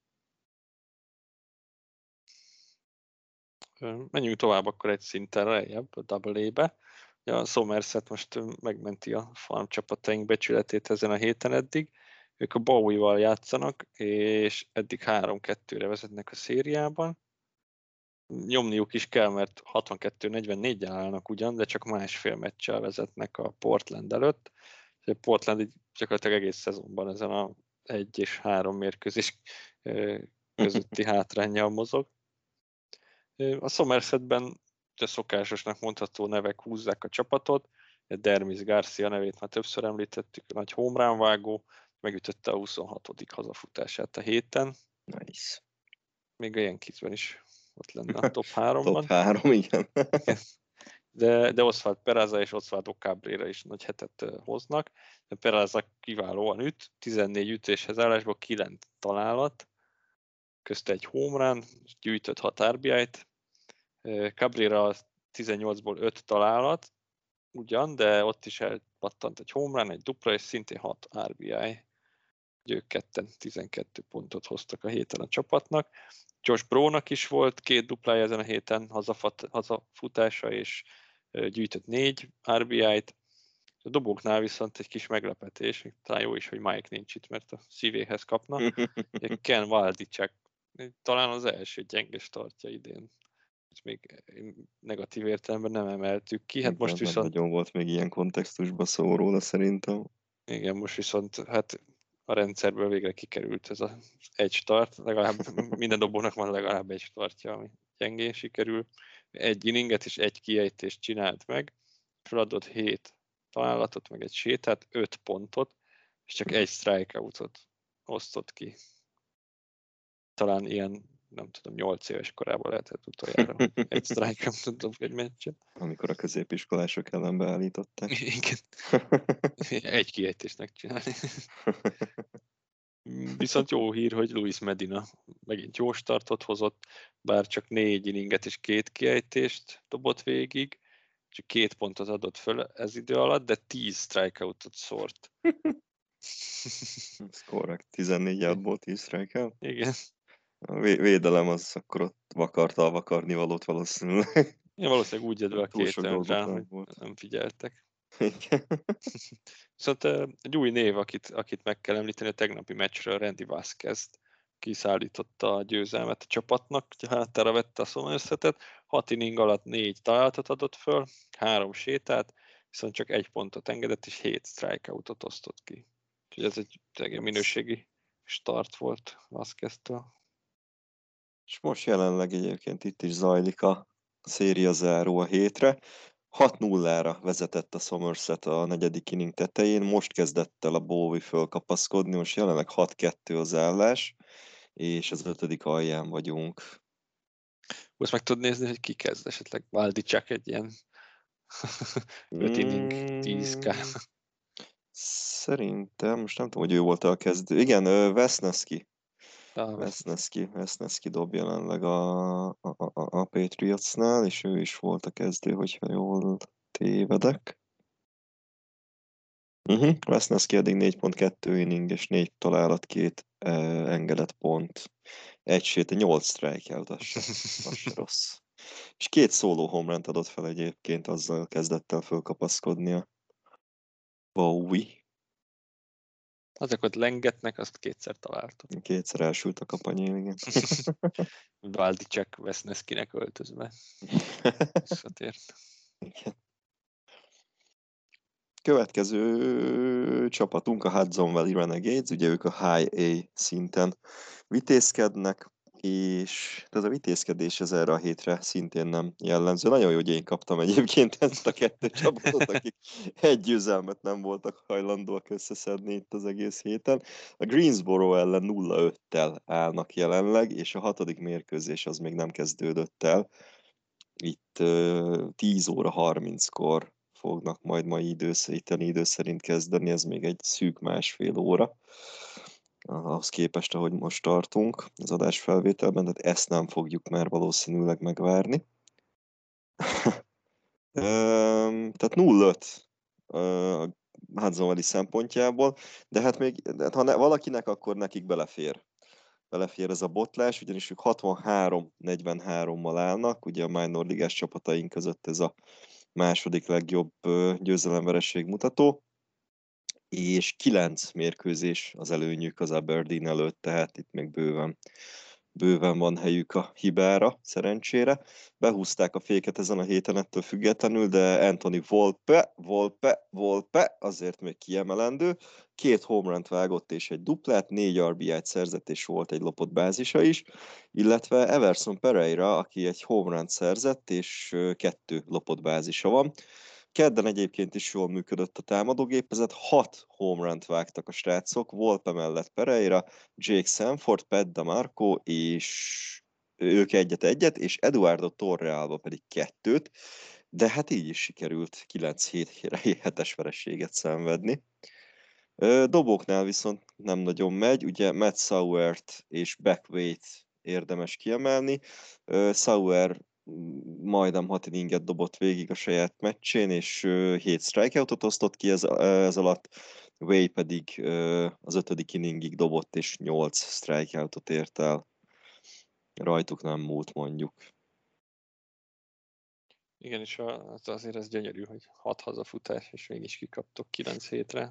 Menjünk tovább akkor egy szinten lejjebb, a AA-be. A Somerset most megmenti a farm csapataink becsületét ezen a héten eddig. Ők a Bowie-val játszanak, és eddig 3-2-re vezetnek a szériában. Nyomniuk is kell, mert 62-44-en állnak ugyan, de csak másfél meccsel vezetnek a Portland előtt. A Portland gyakorlatilag egész szezonban ezen a 1 és 3 mérkőzés közötti hátránnyal mozog. A Somersetben a szokásosnak mondható nevek húzzák a csapatot. Dermis Garcia nevét már többször említettük, a nagy home run vágó, megütötte a 26. hazafutását a héten. Nice. Még a Yankeesben is ott lenne a top 3-ban. Top 3, igen. De Oswald Peraza és Oswald Cabrera is nagy hetet hoznak. De Peraza kiválóan üt, 14 ütéshez állásból 9 találat, közte egy home run, gyűjtött 6 RBI-t. Cabrera 18-ból 5 találat, ugyan, de ott is elpattant egy home run, egy dupla, és szintén 6 RBI. Ők ketten 12 pontot hoztak a héten a csapatnak. Josh Brownnak is volt 2 duplája ezen a héten, hazafutása, és gyűjtött 4 RBI-t. A dobóknál viszont egy kis meglepetés, talán jó is, hogy Mike nincs itt, mert a szívéhez kapna. Ken Waldichuk talán az első gyenge startja idén. Még negatív értelemben nem emeltük ki. Hát most viszont... nagyon volt még ilyen kontextusban szó róla szerintem. Igen, most viszont hát a rendszerből végre kikerült ez az egy start. Legalább minden dobónak van legalább egy startja, ami gyengén sikerül. Egy inninget és egy kiejtést csinált meg. Feladott 7 találatot, meg egy sétát, 5 pontot, és csak egy strikeoutot osztott ki. Talán ilyen nem tudom, 8 éves korában lehetett utoljára egy strikeout dobni egy meccset. Amikor a középiskolások ellen beállították. Igen. Egy kiejtést megcsinálni. Viszont jó hír, hogy Luis Medina megint jó startot hozott, bár csak 4 inninget és 2 kiejtést dobott végig, csak 2 pontot adott föl ez idő alatt, de 10 strikeoutot szórt. Ez korrekt. 14 outból 10 strikeout. Igen. A védelem az akkor ott vakarta a vakarnivalót valószínűleg. Ja, valószínűleg úgy jött be a Túl két sok rá, dolgot hogy nem volt. nem figyeltek. Igen. Viszont egy új név, akit meg kell említeni a tegnapi meccsről, Randy Vázquez kiszállította a győzelmet a csapatnak, háttára vette a Somersetet, 6 inning alatt 4 találatot adott föl, 3 sétát, viszont csak 1 pontot engedett, és 7 strikeoutot osztott ki. Úgyhogy ez egy minőségi start volt Vázqueztől. És most jelenleg egyébként itt is zajlik a széria záró a hétre. 6-0-ra vezetett a Somerset a 4. inning tetején, most kezdett el a Bowie fölkapaszkodni, most jelenleg 6-2 az állás, és az 5. alján vagyunk. Most meg tudod nézni, hogy ki kezd esetleg Valdi csak egy ilyen 5 inning 10K. Szerintem, most nem tudom, hogy ő volt a kezdő. Igen, Wesneski. Wesneski dob jelenleg a Patriotsnál, és ő is volt a kezdő, hogyha jól tévedek. Wesneski eddig 4.2 inning és 4 találat, 2 engedett pont. 1 séta, 8 strikeout, az se rossz. És 2 szóló home runt adott fel egyébként, azzal kezdett el fölkapaszkodnia. Bowie. Azokat lengetnek, azt 2-szer találtam. 2-szer elsült a kapanyél, igen. Valdi csak Wesneskinek öltözve. Visszatért. Igen. Következő csapatunk a Hudson Valley Renegades, ugye ők a High A szinten vitézkednek, és ez a vitézkedés ez erre a hétre szintén nem jellemző. Nagyon jó, hogy én kaptam egyébként ezt a 2 csapatot, akik egy győzelmet nem voltak hajlandóak összeszedni itt az egész héten. A Greensboro ellen 0-5-tel állnak jelenleg, és a 6. mérkőzés az még nem kezdődött el. Itt 10 óra 30-kor fognak majd itteni idő szerint kezdeni, ez még egy szűk 1,5 óra. Ahhoz képest, ahogy most tartunk az adásfelvételben, tehát ezt nem fogjuk már valószínűleg megvárni. Tehát 0-5 a Hudson Valley szempontjából, de hát még, ha valakinek, akkor nekik belefér ez a botlás, ugyanis ők 63-43-mal állnak, ugye a minor ligás csapataink között ez a második legjobb győzelemvereség mutató, és 9 mérkőzés az előnyük az Aberdeen előtt, tehát itt még bőven van helyük a hibára, szerencsére. Behúzták a féket ezen a héten ettől függetlenül, de Anthony Volpe azért még kiemelendő. 2 home runt vágott és egy duplát, 4 RBI-t szerzett és volt egy lopott bázisa is, illetve Everson Pereira, aki egy home runt szerzett és 2 lopott bázisa van. Kedden egyébként is jól működött a támadógépezet, 6 home runt vágtak a srácok, Volpe mellett Pereira, Jake Sanford, Pat DeMarco, és ők egyet, és Eduardo Torrealba pedig 2, de hát így is sikerült 9-7-es vereséget szenvedni. Dobóknál viszont nem nagyon megy, ugye Matt Sauert és Beck Waite érdemes kiemelni. Sauer majdnem 6 inninget dobott végig a saját meccsén, és 7 strikeoutot osztott ki ez alatt, Way pedig az 5. inningig dobott, és 8 strikeoutot ért el. Rajtuk nem múlt, mondjuk. Igen, és azért ez gyönyörű, hogy 6 hazafutás, és mégis kikaptok 9 hétre.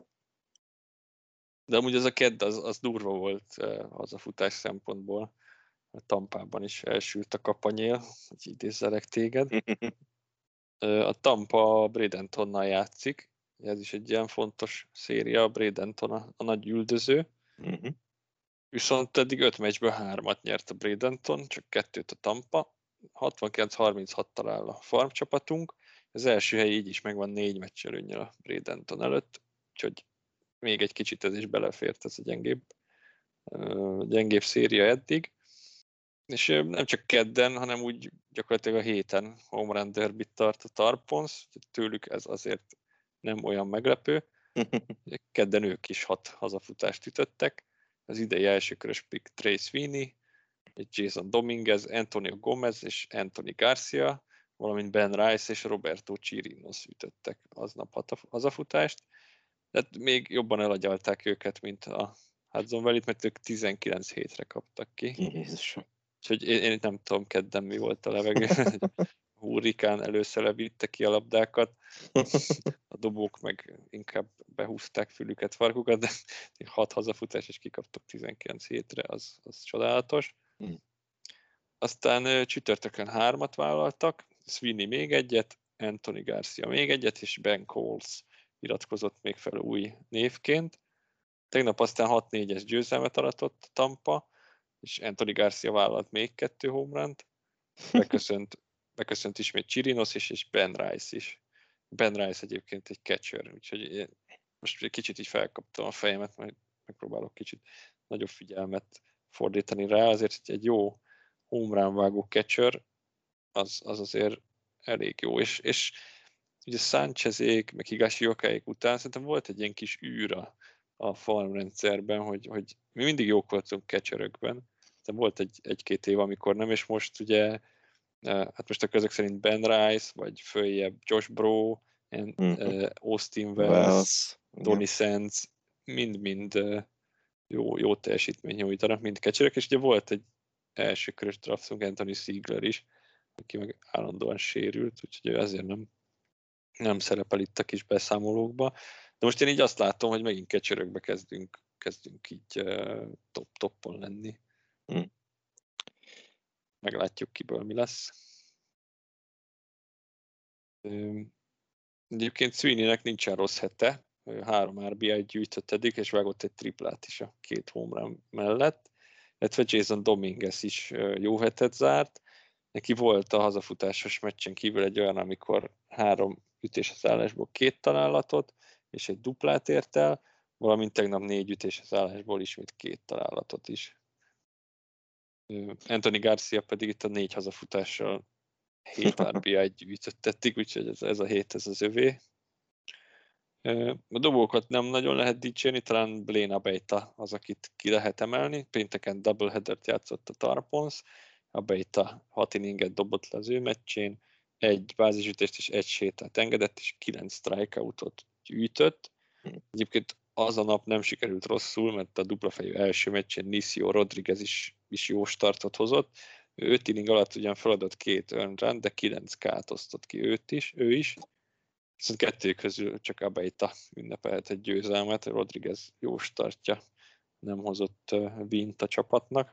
De amúgy ez a kedd, az durva volt hazafutás szempontból. A Tampában is elsült a kapanyél, hogy idézzelek téged. A Tampa Bradentonnal játszik, ez is egy ilyen fontos széria, a Bradenton a nagy üldöző. Viszont eddig 5 meccsből 3-at nyert a Bradenton, csak 2-t a Tampa. 69-36-tal áll a farm csapatunk. Az első hely így is megvan 4 meccs előnnyel a Bradenton előtt, úgyhogy még egy kicsit ez is belefért, ez a gyengébb széria eddig. És nem csak kedden, hanem úgy gyakorlatilag a héten home run derbyt tart a Tarpons, tőlük ez azért nem olyan meglepő. Kedden ők is 6 hazafutást ütöttek. Az idei elsőkörös pick Trey Sweeney, Jason Dominguez, Antonio Gomez és Anthony Garcia, valamint Ben Rice és Roberto Chirinos ütöttek aznap hazafutást. Tehát még jobban elagyalták őket, mint a Hudson Valley-t, mert ők 19 hétre kaptak ki. Jézusom. Úgyhogy én nem tudom kedden mi volt a levegő. Hurrikán előszele vitte ki a labdákat, a dobók meg inkább behúzták fülüket, farkukat, de 6 hazafutás és kikaptak 19 hétre, az csodálatos. Aztán csütörtökön 3-at vállaltak, Sweeney még egyet, Anthony Garcia még egyet, és Ben Coles iratkozott még fel új névként. Tegnap aztán 6-4-es győzelmet aratott Tampa, és Anthony Garcia vállalt még 2 home runt. Beköszönt ismét Chirinos is, és Ben Rice is. Ben Rice egyébként egy catcher, úgyhogy most egy kicsit így felkaptam a fejemet, majd megpróbálok kicsit nagyobb figyelmet fordítani rá. Azért egy jó home run vágó catcher, az azért elég jó. És ugye Sánchezék, meg Higashiokáék után szerintem volt egy ilyen kis űr a farmrendszerben, hogy mi mindig jók voltunk catcherökben. Volt egy-két év, amikor nem, és most ugye, hát most akkor ezek szerint Ben Rice, vagy följebb Josh Bro, Austin Wells, Donny Sands, mind jó teljesítmény nyújtanak, mind catcherek, és ugye volt egy elsőkörös draftunk, Anthony Siegler is, aki meg állandóan sérült, úgyhogy ezért nem szerepel itt a kis beszámolókba. De most én így azt látom, hogy megint catcherökbe kezdünk így toppon lenni. Meglátjuk, kiből mi lesz. Egyébként Sweeneynek nincsen rossz hete, 3 RBI-t gyűjtött eddig, és vágott egy triplát is a 2 home run mellett, illetve Jason Dominguez is jó hetet zárt. Neki volt a hazafutásos meccsen kívül egy olyan, amikor 3 ütés az állásból 2 találatot, és egy duplát ért el, valamint tegnap 4 ütés az állásból ismét 2 találatot is. Anthony Garcia pedig itt a 4 hazafutással 7 RBI-t gyűjtöttették, úgyhogy ez a 7 ez az övé. A dobókat nem nagyon lehet dicsérni, talán Blaine Abeyta az, akit ki lehet emelni. Pénteken doubleheadert játszott a Tarpons, Abeyta 6 inninget dobott le az ő meccsén, 1 bázisütést és 1 sétát engedett, és 9 strikeoutot gyűjtött. Egyébként az a nap nem sikerült rosszul, mert a duplafejű első meccsén Nisio Rodriguez is jó startot hozott. 5 inning alatt ugyan feladott 2 earned run, de 9 K-t osztott ki ő is. Viszont 2 közül csak Abeyta ünnepelhet egy győzelmet, Rodriguez jó startja nem hozott wint a csapatnak.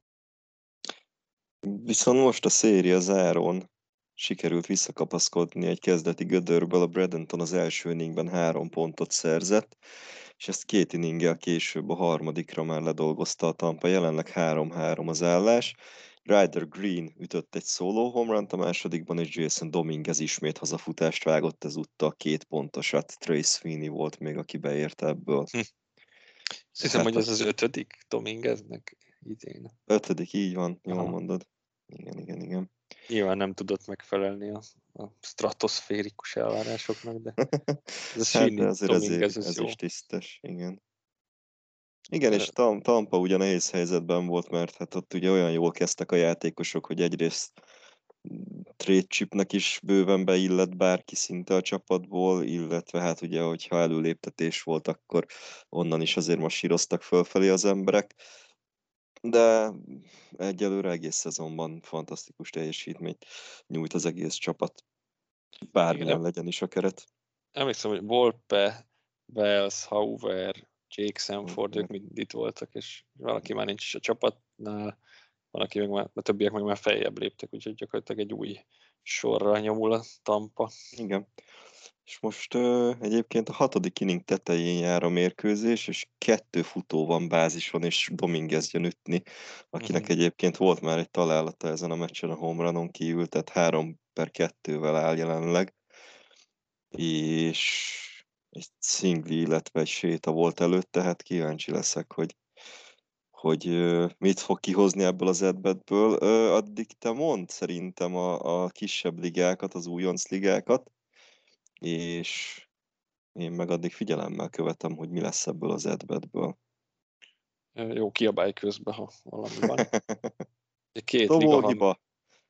Viszont most a széria záron sikerült visszakapaszkodni egy kezdeti gödörből, a Bradenton az első inningben 3 pontot szerzett, és ezt 2 inninggel később a harmadikra már ledolgozta a Tampa, jelenleg 3-3 az állás. Ryder Green ütött egy szóló home runt a másodikban, és Jason Dominguez ismét hazafutást vágott ezúttal 2 pontosat. Trey Sweeney volt még, aki beért ebből. Azt hiszem, hogy ez az 5. Domingueznek idén. 5. így van, jól mondod. Igen. Nyilván nem tudott megfelelni a stratoszférikus elvárásoknak, de ez ez is tisztes, igen. Igen, és Tampa ugye nehéz helyzetben volt, mert hát ott ugye olyan jól kezdtek a játékosok, hogy egyrészt trade chipnek is bőven beillett bárki szinte a csapatból, illetve hát ugye, hogyha előléptetés volt, akkor onnan is azért masíroztak fölfelé az emberek. De egyelőre egész szezonban fantasztikus teljesítményt nyújt az egész csapat. Bármilyen legyen is a keret. Emlékszem, hogy Volpe, Wells, Hauver, Jake Sanford, ők mind itt voltak, és valaki már nincs is a csapatnál, valaki meg már, a többiek meg már feljebb léptek, úgyhogy gyakorlatilag egy új sorra nyomul a Tampa. Igen. És most egyébként a 6. inning tetején jár a mérkőzés, és 2 futó van bázison, és Dominguez jön ütni, akinek egyébként volt már egy találata ezen a meccsen a home runon kívül, tehát 3/2-vel áll jelenleg, és egy szingli, illetve egy séta volt előtte, hát kíváncsi leszek, hogy mit fog kihozni ebből az Edbetből. Addig te mondd szerintem a kisebb ligákat, az újonc ligákat, és én meg addig figyelemmel követem, hogy mi lesz ebből az Edbetből. Jó, kiabálj közbe, ha valami van. Két liga van. Dobóhiba.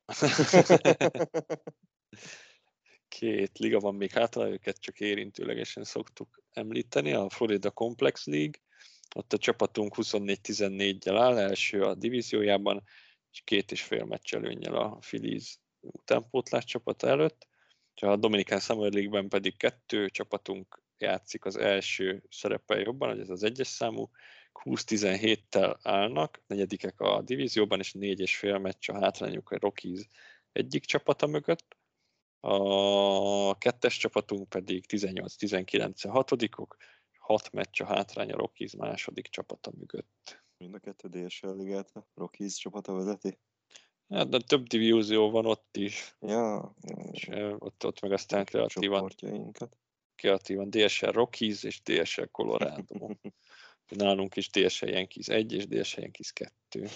Két liga van még hátra, őket csak érintőlegesen szoktuk említeni. A Florida Complex League, ott a csapatunk 24-14-jel áll, első a divíziójában, és 2,5 meccs előnnyel a Phillies utánpótlás csapata előtt. A Dominican Summer League-ben pedig 2 csapatunk játszik, az első szerepel jobban, hogy ez az 1-es számú, 20-17-tel állnak, negyedikek a divízióban, és 4,5 meccs a hátrányuk a Rockies egyik csapata mögött. A 2-es csapatunk pedig 18-19 hatodikok, 6 meccs a hátrány a Rockies második csapata mögött. Mind a 2 DSL ligát a Rockies csapata vezeti? Hát, de több divízió van ott is. Ja. És ott meg aztán kreatívan DSL Rockies és DSL Colorado. Nálunk is DSL Yankees 1 és DSL Yankees 2.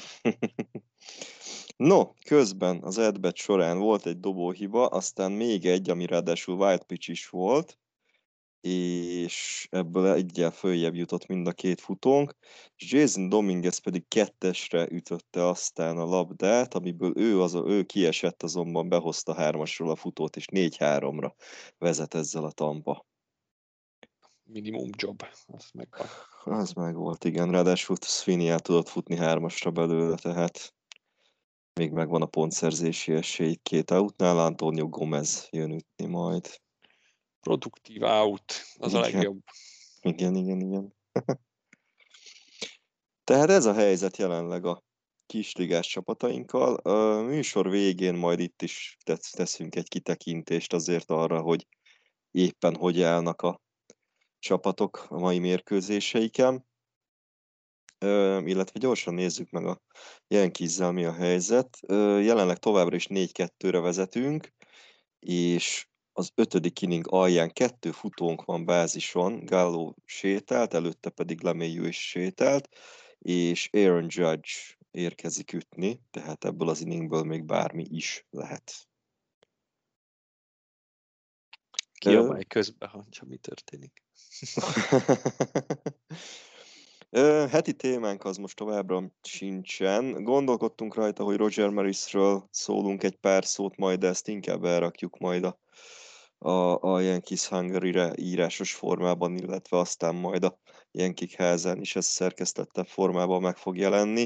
No, közben az Edbet során volt egy dobóhiba, aztán még egy, ami ráadásul wild pitch is volt, és ebből egyel följebb jutott mind a 2 futónk, és Jason Dominguez pedig 2-esre ütötte aztán a labdát, amiből ő kiesett, azonban behozta 3-asról a futót, és 4-3-ra vezet ezzel a Tampa. Minimum job, az megvan. Az meg volt, igen. Ráadásul Sweeney el tudott futni 3-asra belőle, tehát még megvan a pontszerzési esély 2 outnál, Antonio Gomez jön ütni majd. Produktív out, az igen. A legjobb. Igen. Tehát ez a helyzet jelenleg a kisligás csapatainkkal. A műsor végén majd itt is teszünk egy kitekintést azért arra, hogy éppen hogy állnak a csapatok a mai mérkőzéseiken. Illetve gyorsan nézzük meg a Yankees-zel mi a helyzet. Jelenleg továbbra is 4-2-re vezetünk, és az 5. inning alján 2 futónk van bázison, Gallo sétált, előtte pedig LeMahieu is sétált, és Aaron Judge érkezik ütni, tehát ebből az inningből még bármi is lehet. Kiabálj közbe, ha mi történik. Heti témánk az most továbbra sincsen. Gondolkodtunk rajta, hogy Roger Marisről szólunk egy pár szót, majd de ezt inkább elrakjuk majd a Yankees Hungary-re írásos formában, illetve aztán majd a Yankee házán is ez szerkesztettebb formában meg fog jelenni.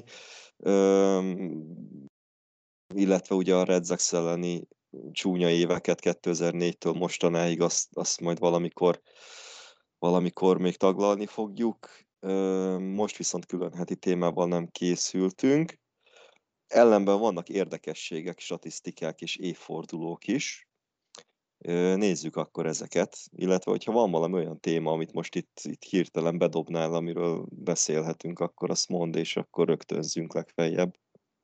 Illetve ugye a Red Sox elleni csúnya éveket 2004-től mostanáig azt majd valamikor még taglalni fogjuk. Most viszont külön heti témával nem készültünk. Ellenben vannak érdekességek, statisztikák és évfordulók is. Nézzük akkor ezeket, illetve hogyha van valami olyan téma, amit most itt hirtelen bedobnál, amiről beszélhetünk, akkor azt mondd, és akkor rögtönzünk legfeljebb.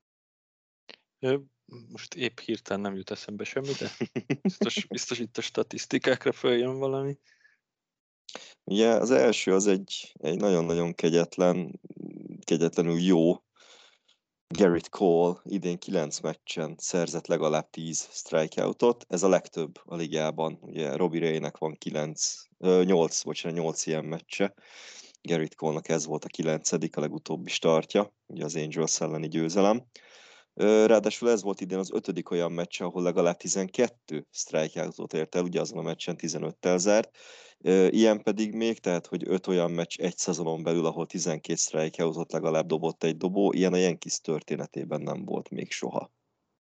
Most épp hirtelen nem jut eszembe semmi, de biztos itt a statisztikákra följön valami. Ugye az első az egy nagyon-nagyon kegyetlenül jó. Gerrit Cole idén 9 meccsen szerzett legalább 10 strikeoutot, ez a legtöbb a ligában. Ugye Robbie Ray-nek van 8 ilyen meccse. Gerrit Cole-nak ez volt a 9. a legutóbbi startja, ugye az Angels elleni győzelem. Ráadásul ez volt idén az 5. olyan meccse, ahol legalább 12 strikeoutot ért el, ugye azon a meccsen 15-tel zárt. Ilyen pedig még, tehát hogy 5 olyan meccs egy szezonon belül, ahol 12 strikeoutot legalább dobott egy dobó, ilyen a Yankees történetében nem volt még soha.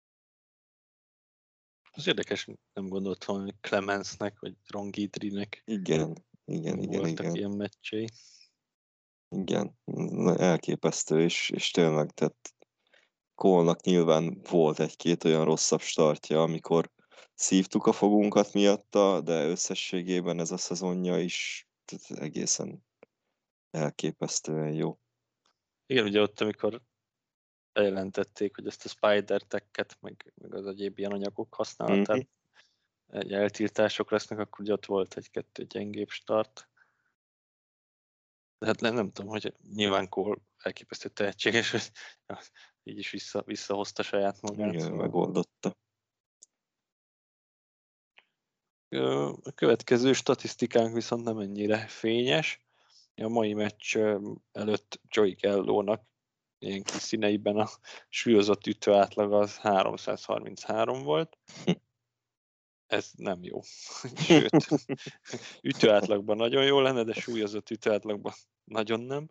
Az érdekes, nem gondoltam, hogy Clemensnek, vagy Ron Guidrynek Igen. voltak ilyen meccsei. Igen, elképesztő, és tényleg, tehát Cole-nak nyilván volt egy-két olyan rosszabb startja, amikor szívtuk a fogunkat miatta, de összességében ez a szezonja is egészen elképesztően jó. Igen, ugye ott, amikor bejelentették, hogy ezt a Spider-Tech-et, meg az egyéb ilyen anyagok használatát eltiltások lesznek, akkor ugye ott volt egy-kettő gyengébb start. Hát nem tudom, hogy nyilván Cole elképesztő tehetséges, hogy így is visszahozta saját magát. Igen, Szóval. megoldotta. A következő statisztikánk viszont nem ennyire fényes. A mai meccs előtt Joey Gallo-nak ilyen kis színeiben a súlyozott ütőátlag az 333 volt. Ez nem jó. Sőt, ütőátlagban nagyon jó lenne, de súlyozott ütőátlagban nagyon nem.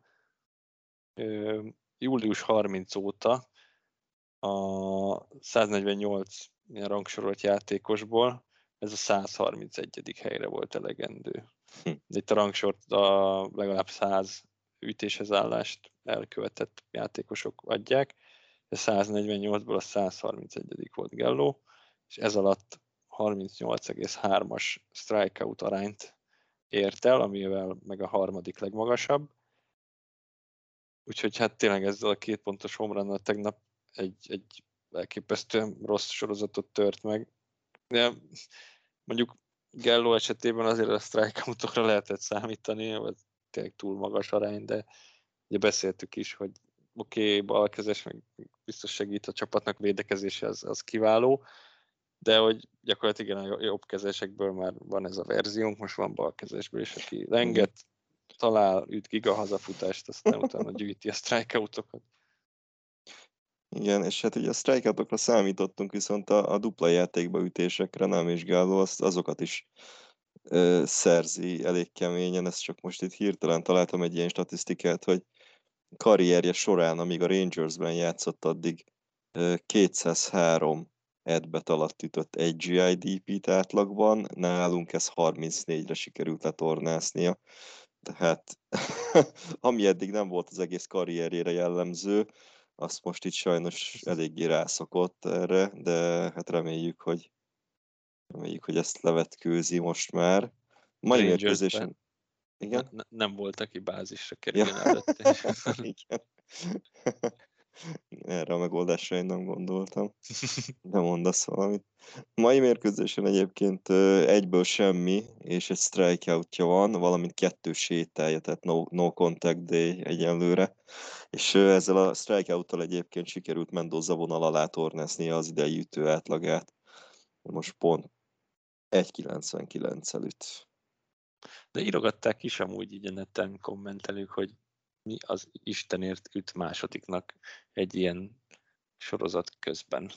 Július 30 óta a 148 rangsorolt játékosból ez a 131. helyre volt elegendő. De itt a rangsort a legalább 100 ütéshez állást elkövetett játékosok adják. A 148-ból a 131. volt Gallo, és ez alatt 38,3-as strikeout arányt ért el, amivel meg a harmadik legmagasabb. Úgyhogy hát tényleg ezzel a 2 pontos home runnal tegnap egy elképesztően rossz sorozatot tört meg. De mondjuk Gallo esetében azért a strikeoutokra lehetett számítani, ez tényleg túl magas arány, de ugye beszéltük is, hogy oké, balkezes, meg biztos segít a csapatnak védekezése, az kiváló, de hogy gyakorlatilag igen, a jobbkezesekből már van ez a verziónk, most van balkezesből is, aki renget, talál, üt giga hazafutást, aztán utána gyűjti a strikeoutokat. Igen, és hát ugye a strikeoutokra számítottunk, viszont a dupla játékba ütésekre nem, és Gallo azokat is szerzi elég keményen. Ezt csak most itt hirtelen találtam egy ilyen statisztikát, hogy karrierje során, amíg a Rangersben játszott, addig 203 at-bet alatt ütött egy GIDP-t átlagban, nálunk ez 34-re sikerült letornásznia. Tehát ami eddig nem volt az egész karrierjére jellemző, azt most itt sajnos eléggé rászokott erre, de hát reméljük, hogy ezt levetkőzi most már. Mai mérkőzésen... Igen? Nem volt, aki bázisra kerüljön előtte. Igen. Erre a megoldásra én nem gondoltam. De mondasz valamit. Mai mérkőzésen egyébként egyből semmi, és egy strikeoutja van, valamint 2 sétálja, tehát no contact day egyenlőre. És ezzel a strikeouttal egyébként sikerült Mendoza vonal alá tornásznia az idei ütő átlagát. Most pont 1,99-el üt. De írogatták is amúgy így a neten kommentelők, hogy mi az Istenért üt másodiknak egy ilyen sorozat közben.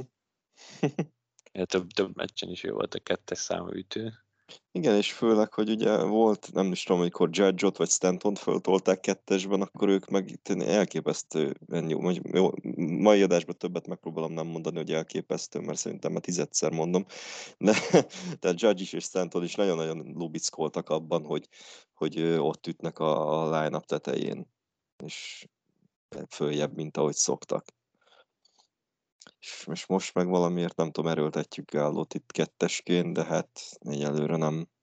Több meccsen is jó volt a 2-es számú ütő. Igen, és főleg, hogy ugye volt, nem is tudom, amikor Judge-ot vagy Stanton föltolták 2-esben, akkor ők meg elképesztően jó. Mai adásban többet megpróbálom nem mondani, hogy elképesztő, mert szerintem már 10-szer mondom. De tehát Judge is és Stanton is nagyon-nagyon lubickoltak abban, hogy ott ütnek a line-up tetején, és följebb, mint ahogy szoktak. És most meg valamiért nem tudom, erőltetjük Gallót itt 2-esként, de hát egyelőre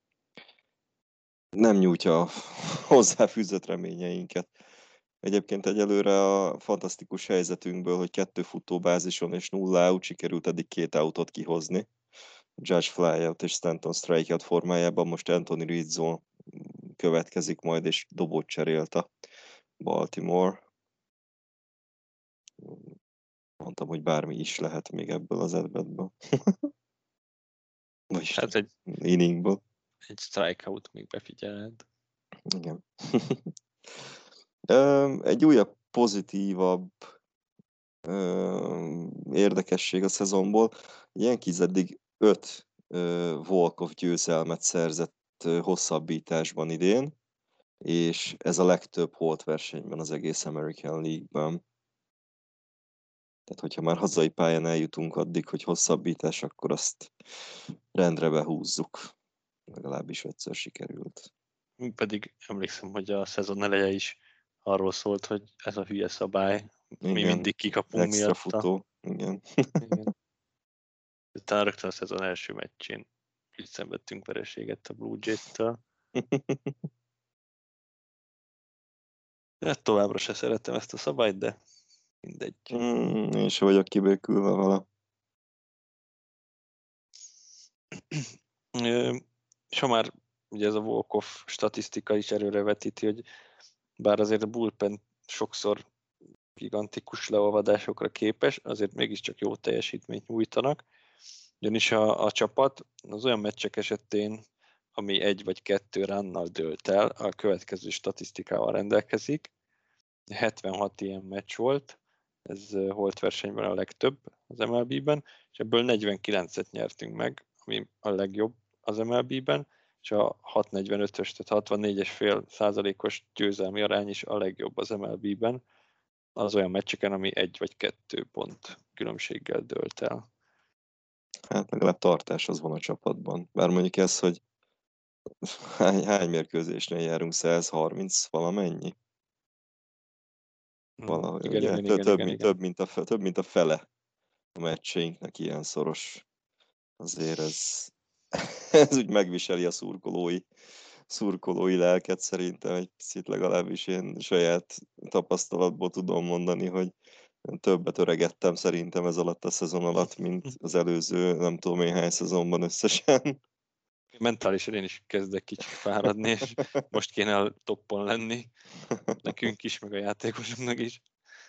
nem nyújtja hozzáfűzött reményeinket. Egyébként egyelőre a fantasztikus helyzetünkből, hogy 2 futóbázison és 0 out, sikerült eddig 2 outot kihozni. Judge flyout és Stanton strikeout formájában, most Anthony Rizzo következik majd, és dobót cserélt a Baltimore. Mondtam, hogy bármi is lehet még ebből az at-batből. Vagyis Hát egy inningből. strikeout még befigyeled. Igen. Egy újabb, pozitívabb érdekesség a szezonból. Yankees eddig 5 walk-off győzelmet szerzett hosszabbításban idén, és ez a legtöbb holt versenyben az egész American League-ben. Tehát, hogyha már hazai pályán eljutunk addig, hogy hosszabbítás, akkor azt rendre behúzzuk. Legalábbis 5-ször sikerült. Pedig emlékszem, hogy a szezon eleje is arról szólt, hogy ez a hülye szabály, mi Igen, mindig kikapunk extra miatta. futó. Igen. Igen. Utána rögtön a szezon első meccsén így szenvedtünk vereséget a Blue Jays-től. Hát továbbra se szeretem ezt a szabályt, de mindegy. Én sem vagyok kibékülve vele. És ha már ugye ez a walk-off statisztika is erőre vetíti, hogy bár azért a bullpen sokszor gigantikus leolvadásokra képes, azért mégiscsak jó teljesítményt nyújtanak. Ugyanis a csapat az olyan meccsek esetén, ami 1 vagy 2 runnal dőlt el, a következő statisztikával rendelkezik. 76 ilyen meccs volt, ez holt versenyben a legtöbb az MLB-ben, és ebből 49-et nyertünk meg, ami a legjobb az MLB-ben, és a 6.45-ös, tehát 64,5%-os győzelmi arány is a legjobb az MLB-ben, az olyan meccseken, ami 1 vagy 2 pont különbséggel dőlt el. Hát legalább tartás az van a csapatban. Bár mondjuk ez, hogy hány mérkőzésnél járunk, 130 valamennyi? Valahogy, Igen, ugye? igen. Több, mint a fele a meccseinknek ilyen szoros. Azért ez úgy megviseli a szurkolói lelket szerintem, egy picit legalábbis én saját tapasztalatból tudom mondani, hogy többet öregettem szerintem ez alatt a szezon alatt, mint az előző nem tudom én hány szezonban összesen. Mentálisan én is kezdek kicsit fáradni, és most kéne a toppon lenni. Nekünk is, meg a játékosoknak is.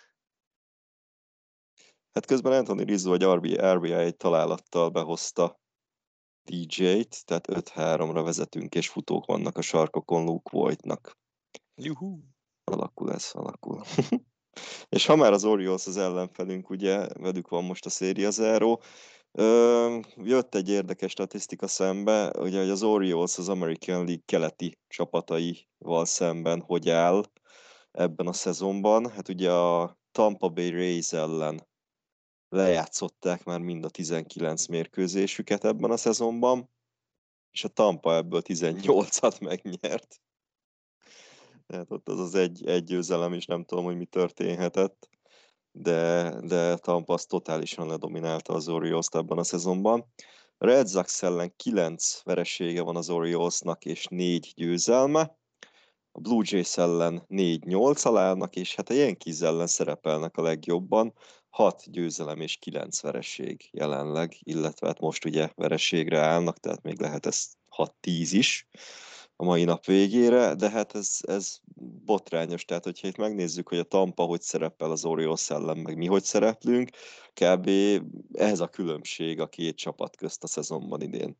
Hát közben Anthony Rizzo egy RBI egy találattal behozta DJ-t, tehát 5-3-ra vezetünk, és futók vannak a sarkokon Luke Voigtnak. Juhú! Alakul. És ha már az Orioles az ellenfelünk, ugye, velük van most a Serie Zero, jött egy érdekes statisztika szembe, ugye, hogy az Orioles az American League keleti csapataival szemben hogy áll ebben a szezonban. Hát ugye a Tampa Bay Rays ellen lejátszották már mind a 19 mérkőzésüket ebben a szezonban, és a Tampa ebből 18-at megnyert. Tehát ott az egy győzelem is, nem tudom, hogy mi történhetett, de Tampa az totálisan ledominálta az Orioles-t ebben a szezonban. A Red Sox ellen 9 veresége van az Oriolesnak, és 4 győzelme. A Blue Jays ellen 4-8 alálnak, és hát a Yankees ellen szerepelnek a legjobban. 6 győzelem és 9 vereség jelenleg, illetve hát most ugye vereségre állnak, tehát még lehet ez 6-10 is a mai nap végére, de hát ez botrányos, tehát hogyha itt megnézzük, hogy a Tampa hogy szerepel az Orioles ellen, meg mi hogy szereplünk, kb. Ez a különbség a két csapat közt a szezonban idén.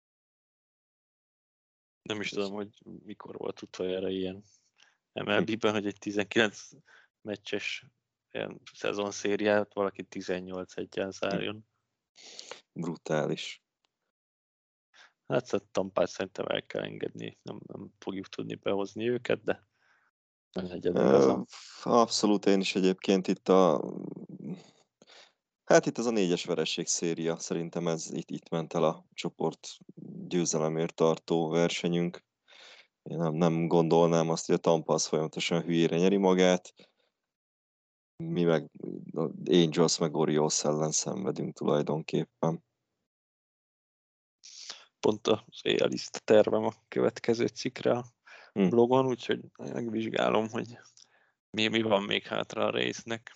Nem is tudom, hogy mikor volt utoljára ilyen MLB-ben, hogy egy 19 meccses ilyen szezonszériát valaki 18-1-jel zárjon. Brutális. Hát a Tampát szerintem el kell engedni, nem fogjuk tudni behozni őket, de nem egyedül az a... Abszolút, én is egyébként itt itt ez a 4-es vereség széria, szerintem ez itt ment el a csoport győzelemért tartó versenyünk. Én nem gondolnám azt, hogy a Tampa az folyamatosan hülyére nyeri magát. Mi meg Angels meg Orioles ellen szenvedünk tulajdonképpen. Pont az éjjelista tervem a következő cikkre a blogon, úgyhogy megvizsgálom, hogy mi van még hátra a résznek.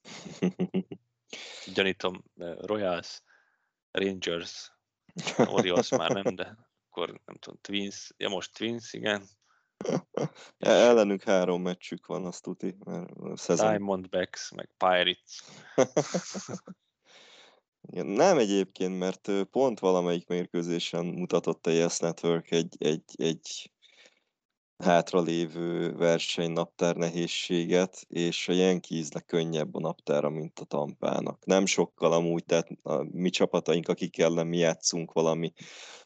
Gyanítom, Royals, Rangers, Orioles már nem, de akkor nem tudom, Twins, most Twins, igen. Ellenünk 3 meccsük van, azt tuti. Diamondbacks, meg Pirates. Nem egyébként, mert pont valamelyik mérkőzésen mutatott a Yes Network egy hátralévő versenynaptár nehézséget, és a Yankeesnek könnyebb a naptára, mint a Tampának. Nem sokkal amúgy, tehát a mi csapataink, akik ellen mi játszunk valami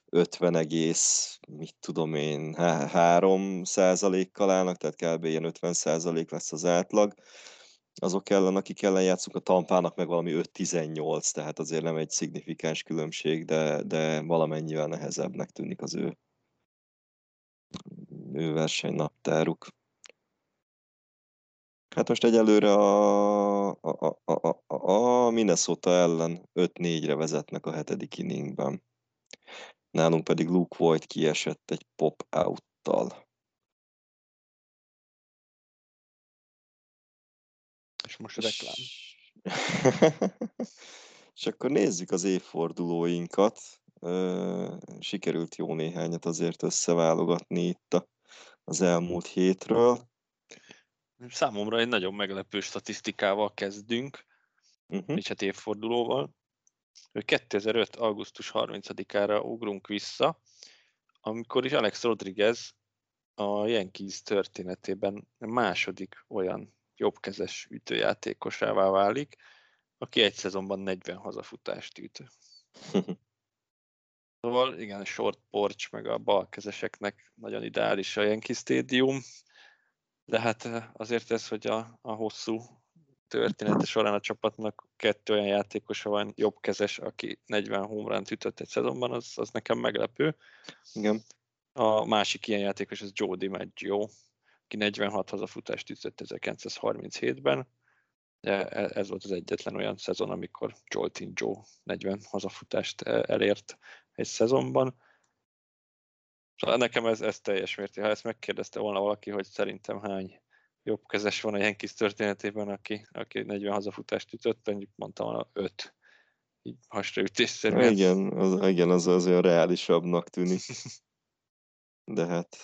3%-kal állnak, tehát kb. Ilyen 50% lesz az átlag. Azok ellen, akik ellen játszunk, a Tampának meg valami 5-18, tehát azért nem egy szignifikáns különbség, de valamennyivel nehezebbnek tűnik az ő versenynaptáruk. Hát most egyelőre a Minnesota ellen 5-4-re vezetnek a 7. inningben. Nálunk pedig Luke Voigt kiesett egy pop-out-tal. És most reklám. És akkor nézzük az évfordulóinkat. Sikerült jó néhányat azért összeválogatni itt az elmúlt hétről. Számomra egy nagyon meglepő statisztikával kezdünk, és hát évfordulóval, hogy 2005. augusztus 30-ára ugrunk vissza, amikor is Alex Rodriguez a Yankees történetében a második olyan jobbkezes ütőjátékosává válik, aki egy szezonban 40 hazafutást üt. Szóval igen, a short porch meg a balkezeseknek nagyon ideális a Yankee Stadium, de hát azért ez, hogy a hosszú története során a csapatnak 2 olyan játékosa van jobbkezes, aki 40 home runt ütött egy szezonban, az nekem meglepő. Igen. A másik ilyen játékos az Joe DiMaggio, aki 46 hazafutást ütött 1937-ben. De ez volt az egyetlen olyan szezon, amikor Joltin Joe 40 hazafutást elért egy szezonban. Szóval nekem ez teljes mértékben. Ha ezt megkérdezte volna valaki, hogy szerintem hány jobbkezes van a Yankees történetében, aki 40 hazafutást ütött, mondjuk mondtam volna 5. Így hasraütésszerűen. Igen, az olyan reálisabbnak tűnik. De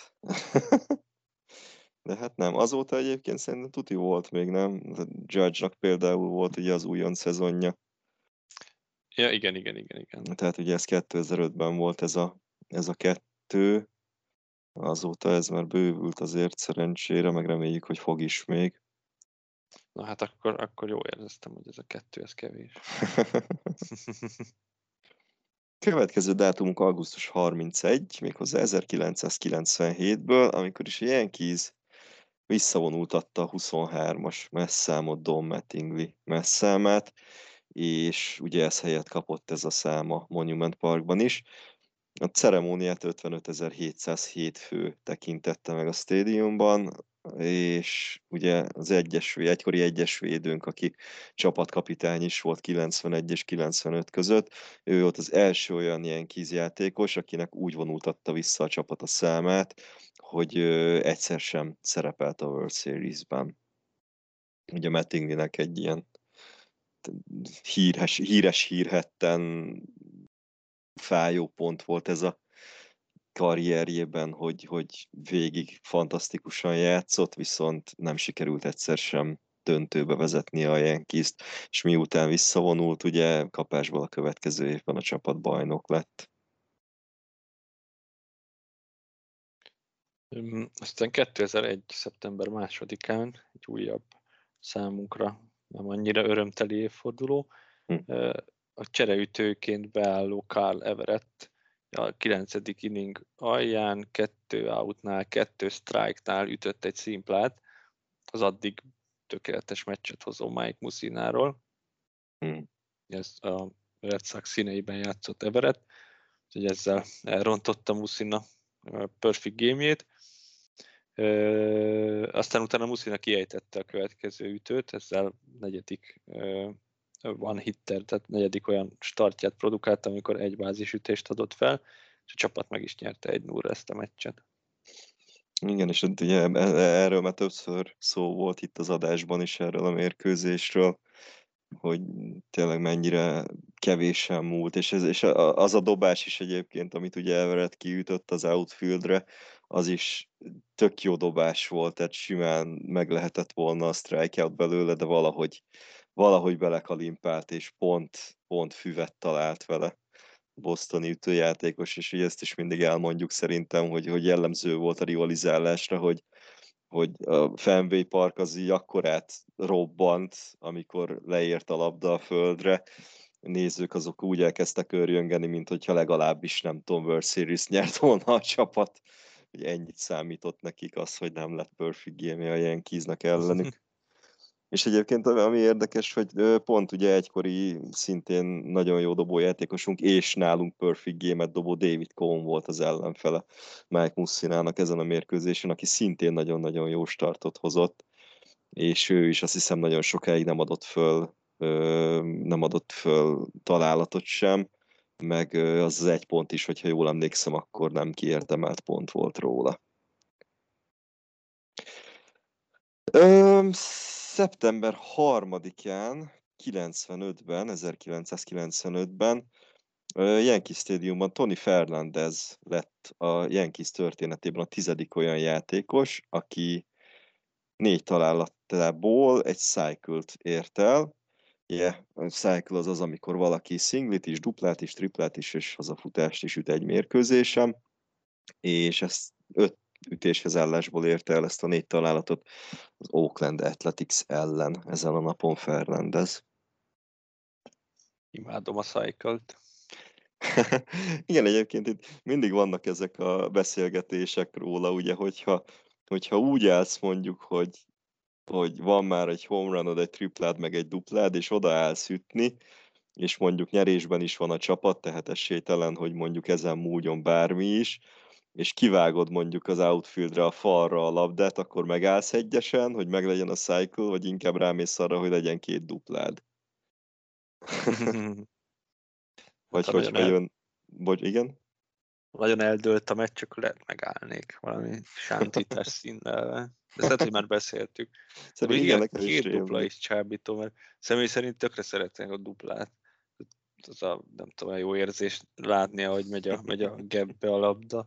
hát nem. Azóta egyébként szerintem tuti volt még, nem? Judge-nak például volt ugye az újon szezonja. Ja, igen. Tehát ugye ez 2005-ben volt ez a 2. Azóta ez már bővült azért szerencsére, meg reméljük, hogy fog is még. Na hát akkor jól érzeztem, hogy ez a 2, ez kevés. Következő dátumunk augusztus 31, méghozzá 1997-ből, amikor is a Yankees visszavonultatta a 23-as messzámot, Don Mattingly messzámát, és ugye ez helyet kapott ez a szám a Monument Parkban is. A ceremóniát 55.707 fő tekintette meg a stadiumban, és ugye az egykori egyes védőnk, aki csapatkapitány is volt 91 és 95 között, ő volt az első olyan Yankees játékos, akinek úgy vonultatta vissza a csapat a számát, hogy egyszer sem szerepelt a World Series-ben. Ugye Mattinglynek egy ilyen hírhetten fájó pont volt ez a karrierjében, hogy végig fantasztikusan játszott, viszont nem sikerült egyszer sem döntőbe vezetni a Yankees-t, és miután visszavonult, ugye kapásból a következő évben a csapat bajnok lett. Aztán 2001. szeptember 2-án egy újabb számunkra nem annyira örömteli évforduló. A csereütőként beálló Carl Everett a 9. inning alján 2 outnál, 2 strike-nál ütött egy szimplát az addig tökéletes meccset hozó Mike Mussináról. Ez a Red Sox színeiben játszott Everett, úgyhogy ezzel elrontotta Mussina perfect game-jét. Aztán utána Mussina kiejtette a következő ütőt, ezzel 4. one hitter, tehát 4. olyan startját produkálta, amikor egy bázisütést adott fel, és a csapat meg is nyerte 1-0 ezt a meccset. Igen, és ugye erről már többször szó volt itt az adásban is, erről a mérkőzésről, hogy tényleg mennyire kevésen múlt, és az a dobás is egyébként, amit ugye Everett kiütött az outfieldre, az is tök jó dobás volt, tehát simán meg lehetett volna a strikeout belőle, de valahogy belekalimpált, és pont füvet talált vele bostoni ütőjátékos, és ugye ezt is mindig elmondjuk szerintem, hogy jellemző volt a rivalizálásra, hogy a Fenway Park az így akkorát robbant, amikor leért a labda a földre. A nézők azok úgy elkezdtek őrjöngeni, mint hogyha legalábbis nem tudom, World Series nyert volna a csapat. Hogy ennyit számított nekik az, hogy nem lett perfect game a Yankeesnek ellenük. És egyébként ami érdekes, hogy pont ugye egykori szintén nagyon jó dobójátékosunk, és nálunk perfect game-et dobó David Cohn volt az ellenfele Mike Mussinának ezen a mérkőzésen, aki szintén nagyon-nagyon jó startot hozott, és ő is azt hiszem nagyon sokáig nem adott föl találatot sem, meg az 1 pont is, hogyha jól emlékszem, akkor nem kiérdemelt pont volt róla. Szeptember 3-án 1995-ben Yankee Stadiumban Tony Fernandez lett a Yankees történetében a 10. olyan játékos, aki 4 találatából egy cycle-t ért el. A cycle az, amikor valaki szinglit is, duplát is, triplát is, és hazafutást is üt egy mérkőzésen, és ezt 5 ütéshez állásból érte el ezt a 4 találatot az Oakland Athletics ellen ezen a napon Fernández. Imádom a cycle-t. Igen, egyébként itt mindig vannak ezek a beszélgetések róla, ugye, hogyha úgy állsz mondjuk, hogy van már egy home runod, egy triplád, meg egy duplád, és odaállsz ütni, és mondjuk nyerésben is van a csapat, tehát esélytelen, hogy mondjuk ezen múljon bármi is, és kivágod mondjuk az outfieldre, a falra a labdát, akkor megállsz egyesen, hogy meglegyen a cycle, vagy inkább rámész arra, hogy legyen 2 duplád. Vagy hogyha jön... igen? Nagyon eldőlt a meccs, akkor lehet megállnék valami sántítás színnel. De lehet, hogy már beszéltük. Szerintem igen, 2 dupla is csábító, mert személy szerint tökre szeretnék a duplát. Az a, nem tudom, jó érzés látni, ahogy megy a gapbe a labda.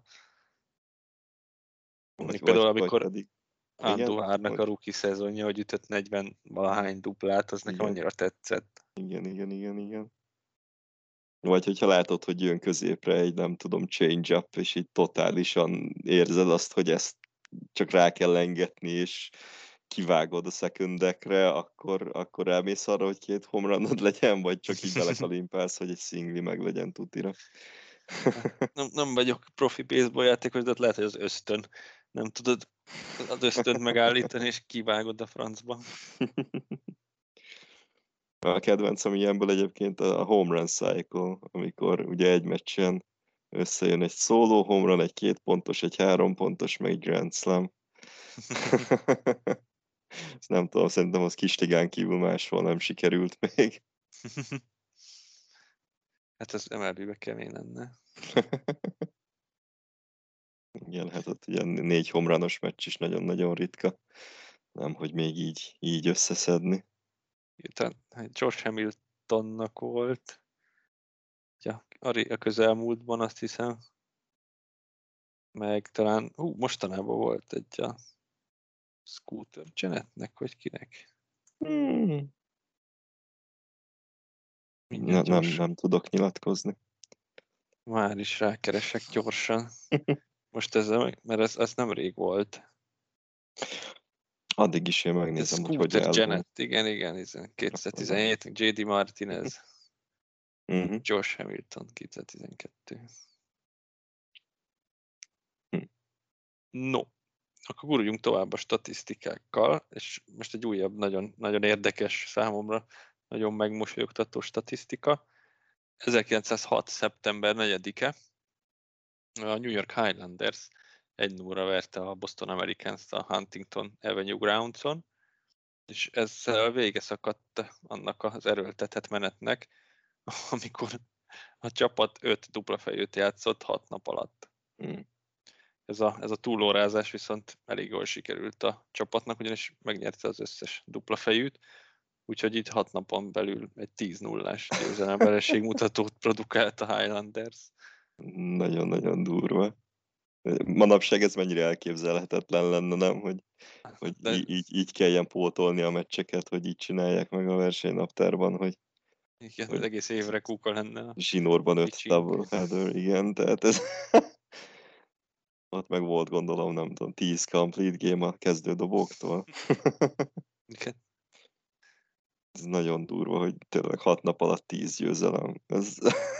Például amikor Andujarnak a rookie szezonja, hogy ütött 40 valahány duplát, az nekem annyira tetszett. Igen. Vagy hogyha látod, hogy jön középre egy, nem tudom, change-up, és így totálisan érzed azt, hogy ezt csak rá kell engedni, és kivágod a secondekre, akkor elmész arra, hogy 2 home runod legyen, vagy csak így belekalimpálsz, hogy egy szingli meg legyen tutira. Nem vagyok profi baseball játékos, de lehet, hogy az ösztön. Nem tudod az ösztönt megállítani, és kivágod a francba. A kedvencem ilyenből egyébként a home run cycle, amikor ugye egy meccsen összejön egy szóló home run, egy 2 pontos, egy 3 pontos, meg egy grand slam. Ezt nem tudom, szerintem az Kisligán kívül máshol nem sikerült még. Hát ez MLB-be kemény lenne. Igen, hát ott ugye 4 home runos meccs is nagyon-nagyon ritka. Nem, hogy még így összeszedni. Josh Hamiltonnak volt a közelmúltban, azt hiszem. Meg talán, mostanában volt egy a Scooter Janetnek, vagy kinek? Nem tudok nyilatkozni. Már is rákeresek gyorsan. Most mert ez nem rég volt. Addig is én megnézem, hogy Scooter Janet, igen, 2017, J.D. Martinez, Josh Hamilton 2012. No, akkor guruljunk tovább a statisztikákkal, és most egy újabb, nagyon, nagyon érdekes számomra, nagyon megmosolyogtató statisztika. 1906. szeptember 4-e a New York Highlanders 1-0-ra verte a Boston Americans-t a Huntington Avenue Grounds-on, és ezzel vége szakadt annak az erőltetett menetnek, amikor a csapat 5 dupla fejűt játszott 6 nap alatt. Ez a túlórázás viszont elég jól sikerült a csapatnak, ugyanis megnyerte az összes dupla fejűt, úgyhogy itt 6 napon belül egy 10-0-ás győzelemverességmutatót produkált a Highlanders. Nagyon-nagyon durva. Manapság ez mennyire elképzelhetetlen lenne, nem? Hogy így kelljen pótolni a meccseket, hogy így csinálják meg a versenynaptárban, hogy igen, az egész évre kúka lenne. Zsinórban 5 doubleheader, igen, tehát ez... Ott meg volt, gondolom, nem tudom, 10 complete game a kezdődobóktól. Igen. Ez nagyon durva, hogy tényleg 6 nap alatt 10 győzelem. Ez...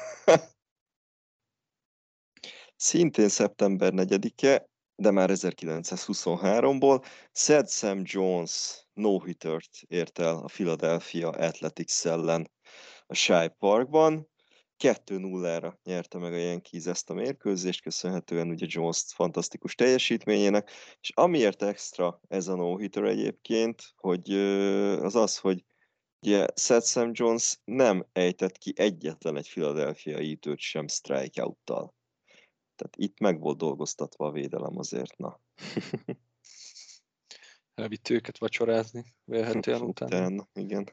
Szintén szeptember 4-e, de már 1923-ból Sad Sam Jones no-hittert ért el a Philadelphia Athletics ellen a Shai Parkban. 2-0-ra nyerte meg a Yankees ezt a mérkőzést, köszönhetően ugye Jones fantasztikus teljesítményének, és amiért extra ez a no-hitter egyébként, hogy hogy ugye Sad Sam Jones nem ejtett ki egyetlen egy Philadelphia-i ütőt sem strikeout-tal. Tehát itt meg volt dolgoztatva a védelem azért, na. Elvitt őket vacsorázni, vélhetően utána. Igen.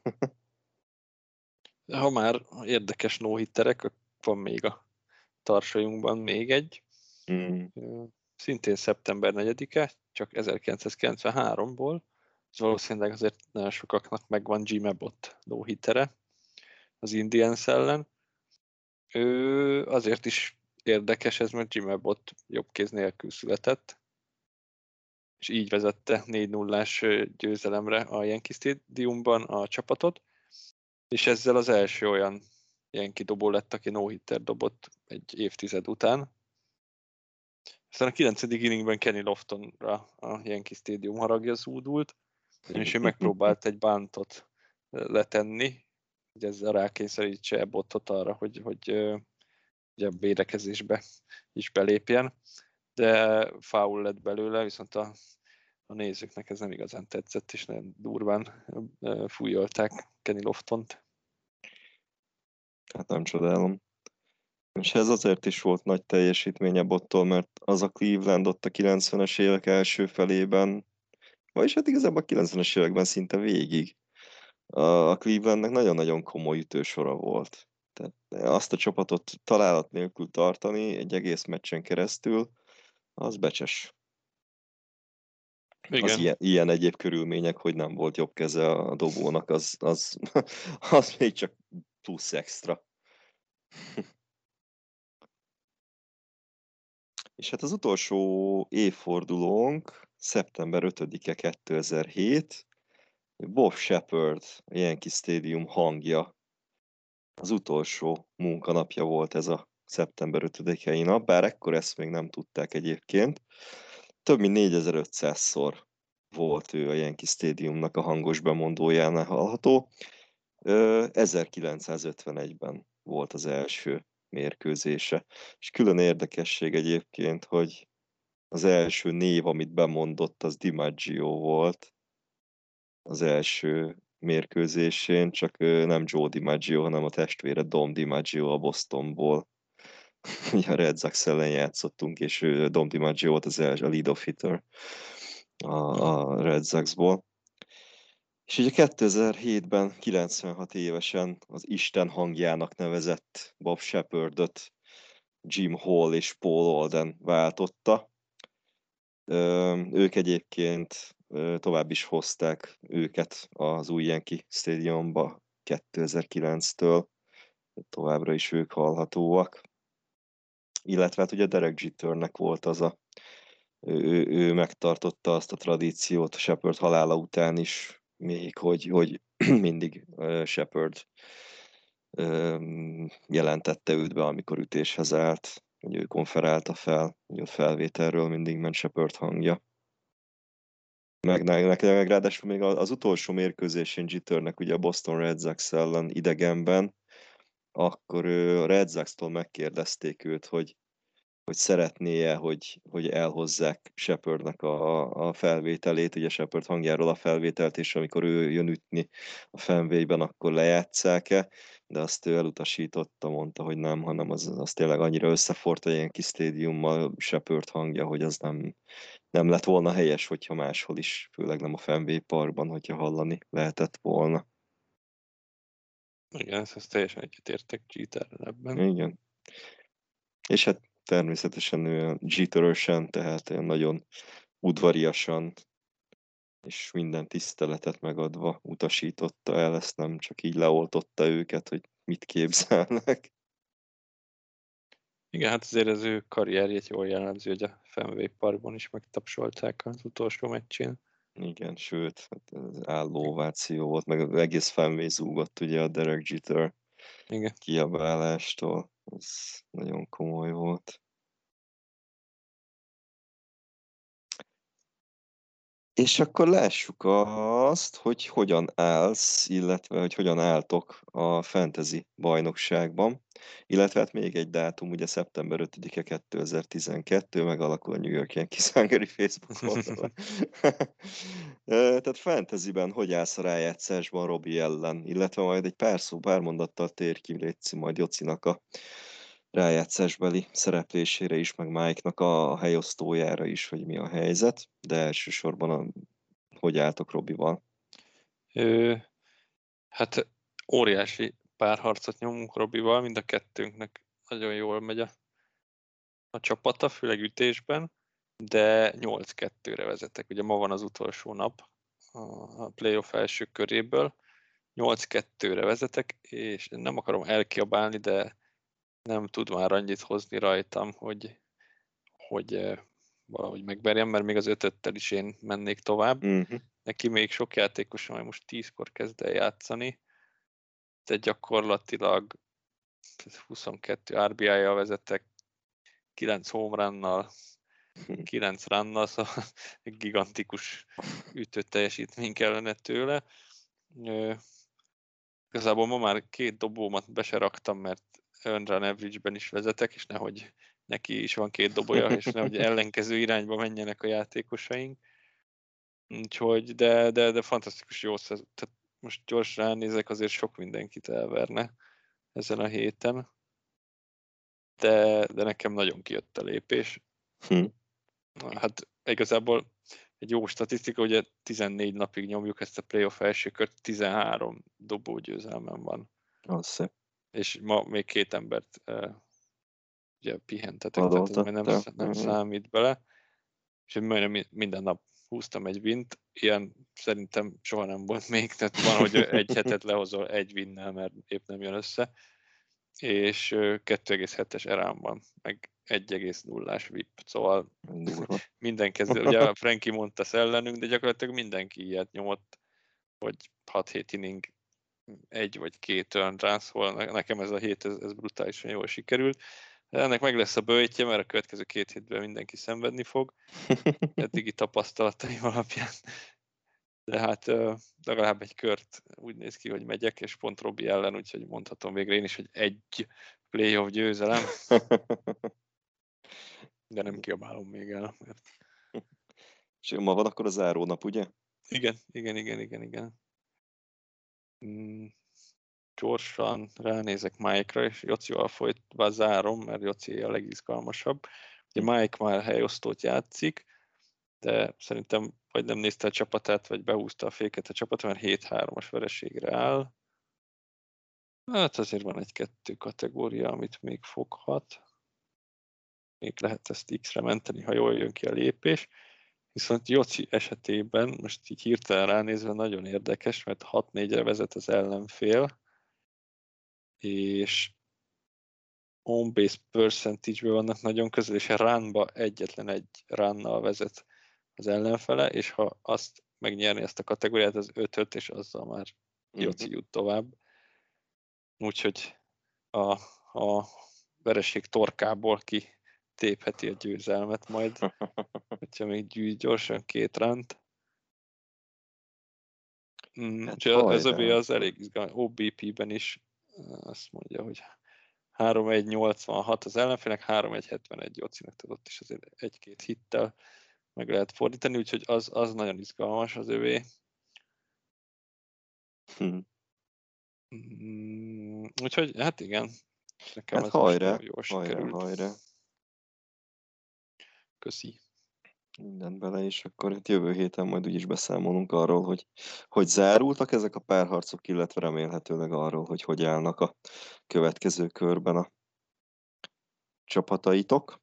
Ha már érdekes no-hitterek, van még a tarsolyunkban még egy. Szintén szeptember 4-e, csak 1993-ból. Ez valószínűleg azért nagyon sokaknak megvan Jim Abbott no-hittere az Indians ellen. Ő azért is érdekes ez, mert Jim Abbott jobb kéz nélkül született, és így vezette 4-0-ás győzelemre a Yankee Stadiumban a csapatot, és ezzel az első olyan Yankee dobó lett, aki no-hitter dobott egy évtized után. Aztán a 9. inningben Kenny Loftonra a Yankee Stadium haragja zúdult, és ő megpróbált egy bántot letenni, hogy ezzel rákényszerítse Abbottot arra, hogy ugye a védekezésbe is belépjen, de foul lett belőle, viszont a nézőknek ez nem igazán tetszett, és nagyon durván fújolták Kenny Loftont. Hát nem csodálom. És ez azért is volt nagy teljesítmény Abbottól, mert az a Cleveland ott a 90-es évek első felében, vagyis hát igazából a 90-es években szinte végig. A Clevelandnek nagyon-nagyon komoly ütősora volt. Tehát azt a csapatot találat nélkül tartani egy egész meccsen keresztül, az becses. Igen. Az ilyen egyéb körülmények, hogy nem volt jobb keze a dobónak, az még csak plusz extra. És hát az utolsó évfordulónk, szeptember 5-e 2007, Bob Shepard, a Yankee Stadium hangja. Az utolsó munkanapja volt ez a szeptember 5-i nap, bár ekkor ezt még nem tudták egyébként. Több mint 4500-szor volt ő a Yankee Stadiumnak a hangos bemondójánál hallható. 1951-ben volt az első mérkőzése. És külön érdekesség egyébként, hogy az első név, amit bemondott, az DiMaggio volt az első mérkőzésén, csak nem Joe DiMaggio, hanem a testvére Dom DiMaggio a Bostonból. A Red Sox ellen játszottunk, és Dom DiMaggio volt az első, a lead-off hitter a Red Soxból. És ugye 2007-ben 96 évesen az Isten hangjának nevezett Bob Shepardot Jim Hall és Paul Alden váltotta. Ők egyébként tovább is hozták őket az új Yankee Stadiumba 2009-től. Továbbra is ők hallhatóak. Illetve hát ugye Derek Jeternek volt az ő megtartotta azt a tradíciót a Shepard halála után is, még hogy mindig Shepard jelentette őt be, amikor ütéshez állt, hogy ő konferálta fel, hogy a felvételről mindig ment Shepard hangja. Meg ráadásul még az utolsó mérkőzésén Jeternek ugye a Boston Red Sox ellen idegenben, akkor a Red Sox-tól megkérdezték őt, hogy szeretné-e, hogy elhozzák Shepardnak a felvételét, ugye Shepard hangjáról a felvételt, és amikor ő jön ütni a Fenwayben, akkor lejátsszák-e, de azt ő elutasította, mondta, hogy nem, hanem az tényleg annyira összefort a Yankee Stadiummal Shepard hangja, hogy az nem lett volna helyes, hogyha máshol is, főleg nem a Fenway Parkban, hogyha hallani lehetett volna. Igen, ezt teljesen egyetértek Jeterrel ebben. Igen. És hát természetesen ő Jeter-ösen, tehát nagyon udvariasan és minden tiszteletet megadva utasította el, ezt nem csak így leoltotta őket, hogy mit képzelnek. Igen, hát azért az ő karrierjét jól jellemző, hogy a Fenway Parkban is megtapsolták az utolsó meccsén. Igen, sőt, hát az álló ováció volt, meg az egész Fenway zúgott ugye a Derek Jeter kiabálástól. Ez nagyon komoly volt. És akkor lássuk azt, hogy hogyan állsz, illetve hogy hogyan álltok a fantasy bajnokságban. Illetve hát még egy dátum, ugye szeptember 5-e 2012, megalakul a New York Yankees Hungary Facebook oldala. Tehát fantasyben hogy állsz a rájátszásban Robi ellen, illetve majd egy pár mondattal tér ki, létszik majd Jocinak a rájátszásbeli szereplésére is, meg Mike-nak a helyosztójára is, hogy mi a helyzet, de elsősorban hogy álltok Robival? Hát óriási párharcot nyomunk Robival, mind a kettőnknek nagyon jól megy a csapata, főleg ütésben, de 8-2-re vezetek. Ugye ma van az utolsó nap a playoff első köréből. 8-2-re vezetek, és nem akarom elkiabálni, de nem tud már annyit hozni rajtam, hogy valahogy megverjem, mert még az 5-5-tel is én mennék tovább. Neki még sok játékos, majd most 10-kor kezd el játszani, de gyakorlatilag 22 RBI-jal vezetek, 9 home runnal, 9 runnal, szóval gigantikus ütő teljesítmény kellene tőle. Igazából ma már 2 dobómat be se raktam, mert earned run average-ben is vezetek, és nehogy neki is van 2 dobója, és nehogy ellenkező irányba menjenek a játékosaink. Úgyhogy, de fantasztikus jó, tehát most gyors ránézek, azért sok mindenkit elverne ezen a héten, de nekem nagyon kijött a lépés. Hát igazából egy jó statisztika, ugye 14 napig nyomjuk ezt a playoff első kört, 13 dobó győzelmem van. Az szép. És ma még 2 embert ugye pihentetek, tehát ez nem számít bele. És majdnem minden nap húztam egy wint, ilyen szerintem soha nem volt még, tehát van, hogy egy hetet lehozol egy winnel, mert épp nem jön össze, és 2,7-es erám van, meg 1,0-ás VIP, szóval minden kezdő, ugye Frankie mondta ellenünk, de gyakorlatilag mindenki ilyet nyomott, hogy 6-7 inning 1 vagy 2 earned run, szóval nekem ez a hét ez brutálisan jól sikerült. Ennek meg lesz a böjtje, mert a következő 2 hétben mindenki szenvedni fog, eddigi tapasztalataim alapján. De hát legalább egy kört úgy néz ki, hogy megyek, és pont Robi ellen, úgyhogy mondhatom végre én is, hogy egy playoff győzelem. De nem kiabálom még el. Mert... És ma van akkor a zárónap, ugye? Igen. Gyorsan ránézek Mike-ra, és Jocival folytva zárom, mert Joci a legizgalmasabb. Ugye Mike már helyosztót játszik, de szerintem vagy nem nézte a csapatát, vagy behúzta a féket a csapat, mert 7-3-as vereségre áll. Hát azért van 1-2 kategória, amit még foghat. Még lehet ezt X-re menteni, ha jól jön ki a lépés. Viszont Joci esetében, most így hirtelen ránézve nagyon érdekes, mert 6-4-re vezet az ellenfél, és on-base percentage-ből vannak nagyon közel, és a runba egyetlen egy runnal vezet az ellenfele, és ha azt megnyerni ezt a kategóriát, az 5-5, és azzal már Joci jut tovább. Úgyhogy a vereség torkából ki tépheti a győzelmet majd, hogyha még gyűjt gyorsan 2 runt. Ez az elég izgalmas. OBP-ben is azt mondja, hogy 3-1-86 az ellenfélnek, 3-1-71 Jocinak, tehát ott is azért 1-2 hittel meg lehet fordítani, úgyhogy az nagyon izgalmas az övé. Úgyhogy hát igen, nekem hát ez hajrá, jól sikerült. Hajrá. Köszi. Minden bele, és akkor itt jövő héten majd úgyis beszámolunk arról, hogy zárultak ezek a párharcok, illetve remélhetőleg arról, hogy állnak a következő körben a csapataitok.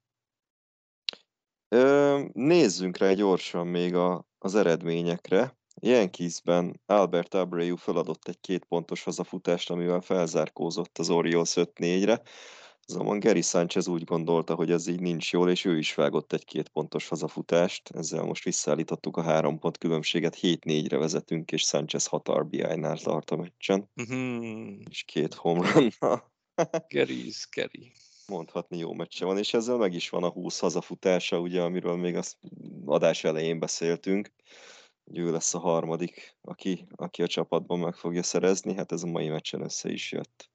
Nézzünk rá gyorsan még az eredményekre. Yankeesben Albert Abreu feladott egy 2 pontos hazafutást, amivel felzárkózott az Orioles 5-4-re. Azonban Gary Sanchez úgy gondolta, hogy ez így nincs jól, és ő is vágott egy 2 pontos hazafutást. Ezzel most visszaállítottuk a 3 pont különbséget, 7-4-re vezetünk, és Sanchez 6 RBI-nál tart a meccsen. És 2 home runnal. Gary. Mondhatni jó meccse van, és ezzel meg is van a 20 hazafutása, ugye, amiről még az adás elején beszéltünk. Ő lesz a harmadik, aki a csapatban meg fogja szerezni, hát ez a mai meccsen össze is jött.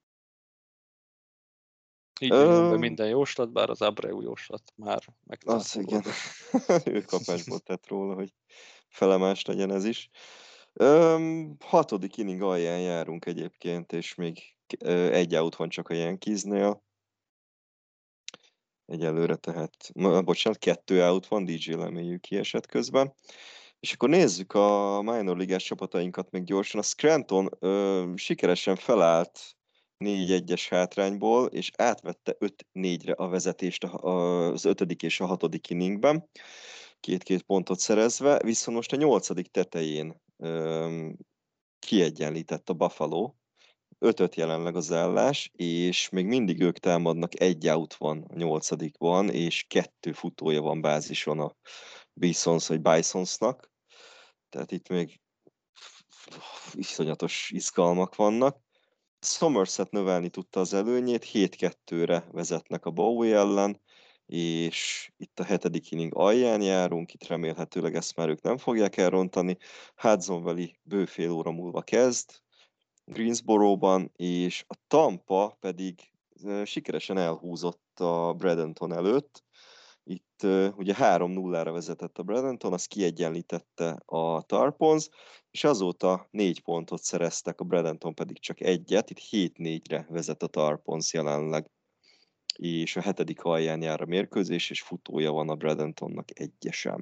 Így jön be minden jóslat, bár az Abreu jóslat már megcáfolódott. Az igen, ő kapásból tett róla, hogy felemás legyen ez is. 6. inning alján járunk egyébként, és még 1 out van csak a Yankeesnél. Egyelőre tehát, bocsánat, 2 out van, DJ LeMahieu kiesett közben. És akkor nézzük a minor ligás csapatainkat még gyorsan. A Scranton sikeresen felállt 4-1-es hátrányból, és átvette 5-4-re a vezetést az 5. és a 6. inningben. 2-2 pontot szerezve, viszont most a 8. tetején kiegyenlített a Buffalo, 5-5 jelenleg az állás, és még mindig ők támadnak, 1 out van a 8-ban, és 2 futója van bázison a Bisonsnak, tehát itt még iszonyatos izgalmak vannak. Somerset növelni tudta az előnyét, 7-2-re vezetnek a Bowie ellen, és itt a 7. inning alján járunk, itt remélhetőleg ezt már ők nem fogják elrontani. Hudson Valley bő fél óra múlva kezd Greensboro-ban, és a Tampa pedig sikeresen elhúzott a Bradenton előtt. Itt ugye 3-0-ra vezetett a Bradenton, az kiegyenlítette a Tarpons, és azóta 4 pontot szereztek, a Bradenton pedig csak 1-et, itt 7-4-re vezet a Tarpons jelenleg. És a 7. alján jár a mérkőzés, és futója van a Bradentonnak 1-sem.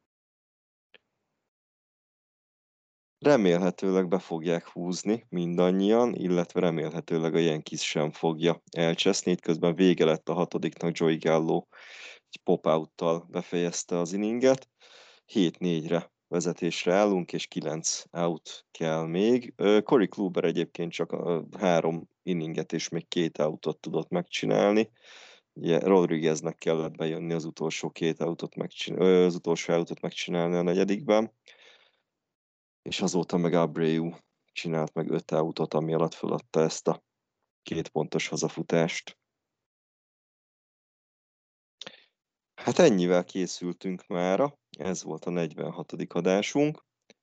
Remélhetőleg be fogják húzni mindannyian, illetve remélhetőleg a Yankees sem fogja elcseszni. Itt közben vége lett a 6-nak, Joey Gallo egy pop-out-tal befejezte az inninget. 7-4-re vezetésre állunk, és 9 out kell még. Corey Kluber egyébként csak 3 inninget és még 2 outot tudott megcsinálni. Ugye Rodrigueznek kellett bejönni az utolsó 2 outot az utolsó outot megcsinálni a 4. És azóta meg Abreu csinált meg 5 outot, ami alatt feladta ezt a 2 pontos hazafutást. Hát ennyivel készültünk mára, ez volt a 46. adásunk,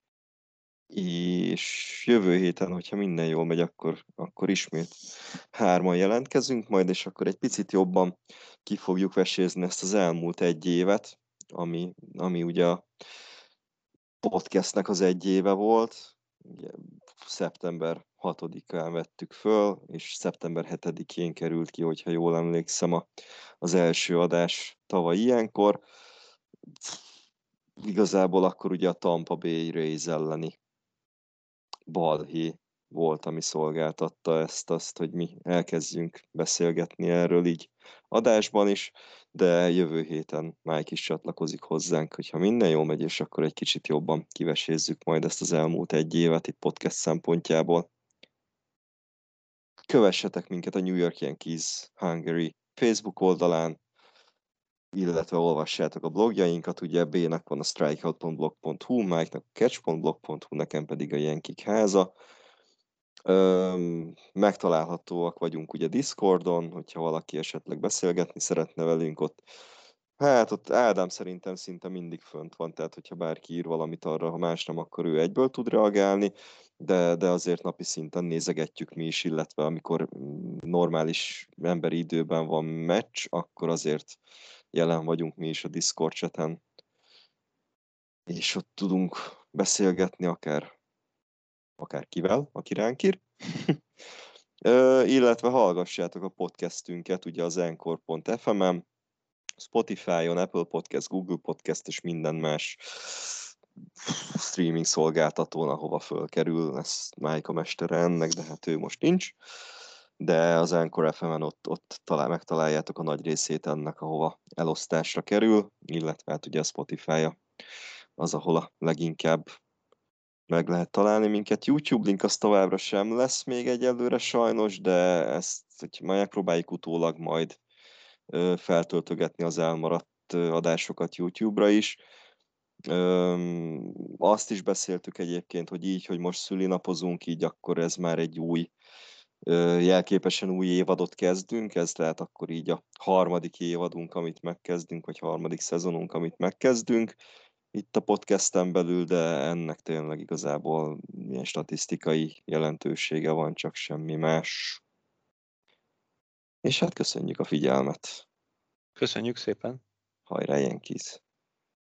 és jövő héten, hogyha minden jól megy, akkor ismét 3-an jelentkezünk majd, és akkor egy picit jobban ki fogjuk vesézni ezt az elmúlt 1 évet, ami ugye a podcastnek az 1 éve volt. Ugye, szeptember 6-án vettük föl, és szeptember 7-én került ki, hogyha jól emlékszem, az első adás tavaly ilyenkor. Igazából akkor ugye a Tampa Bay Rays elleni balhé volt, ami szolgáltatta azt, hogy mi elkezdjünk beszélgetni erről így adásban is, de jövő héten Mike is csatlakozik hozzánk, hogyha minden jól megy, és akkor egy kicsit jobban kivesézzük majd ezt az elmúlt 1 évet itt podcast szempontjából. Kövessetek minket a New York Yankees Hungary Facebook oldalán, illetve olvassátok a blogjainkat, ugye B-nek van a strikeout.blog.hu, Mike-nak a catch.blog.hu, nekem pedig a Yankee háza. Megtalálhatóak vagyunk ugye Discordon, hogyha valaki esetleg beszélgetni szeretne velünk ott. Hát ott Ádám szerintem szinte mindig fönt van, tehát hogyha bárki ír valamit arra, ha más nem, akkor ő egyből tud reagálni, de azért napi szinten nézegetjük mi is, illetve amikor normális emberi időben van meccs, akkor azért jelen vagyunk mi is a Discord chaten, és ott tudunk beszélgetni akár kivel, aki ránk ír. Illetve hallgassátok a podcastünket, ugye az Anchor.fm-en, Spotify-on, Apple Podcast, Google Podcast és minden más streaming szolgáltatón, ahova fölkerül. Ez Mike a mestere ennek, de hát ő most nincs. De az Anchor FM-en ott megtaláljátok a nagy részét ennek, ahova elosztásra kerül, illetve hát ugye a Spotify-a az, ahol a leginkább meg lehet találni minket. YouTube link az továbbra sem lesz még egyelőre sajnos, de ezt, hogy megpróbáljuk utólag majd feltöltögetni az elmaradt adásokat YouTube-ra is. Azt is beszéltük egyébként, hogy így, hogy most szülinapozunk, így akkor ez már egy új, jelképesen új évadot kezdünk, ez lehet akkor így a 3. évadunk, amit megkezdünk, vagy 3. szezonunk, amit megkezdünk itt a podcasten belül, de ennek tényleg igazából ilyen statisztikai jelentősége van, csak semmi más. És hát köszönjük a figyelmet. Köszönjük szépen! Hajrá, Yankees!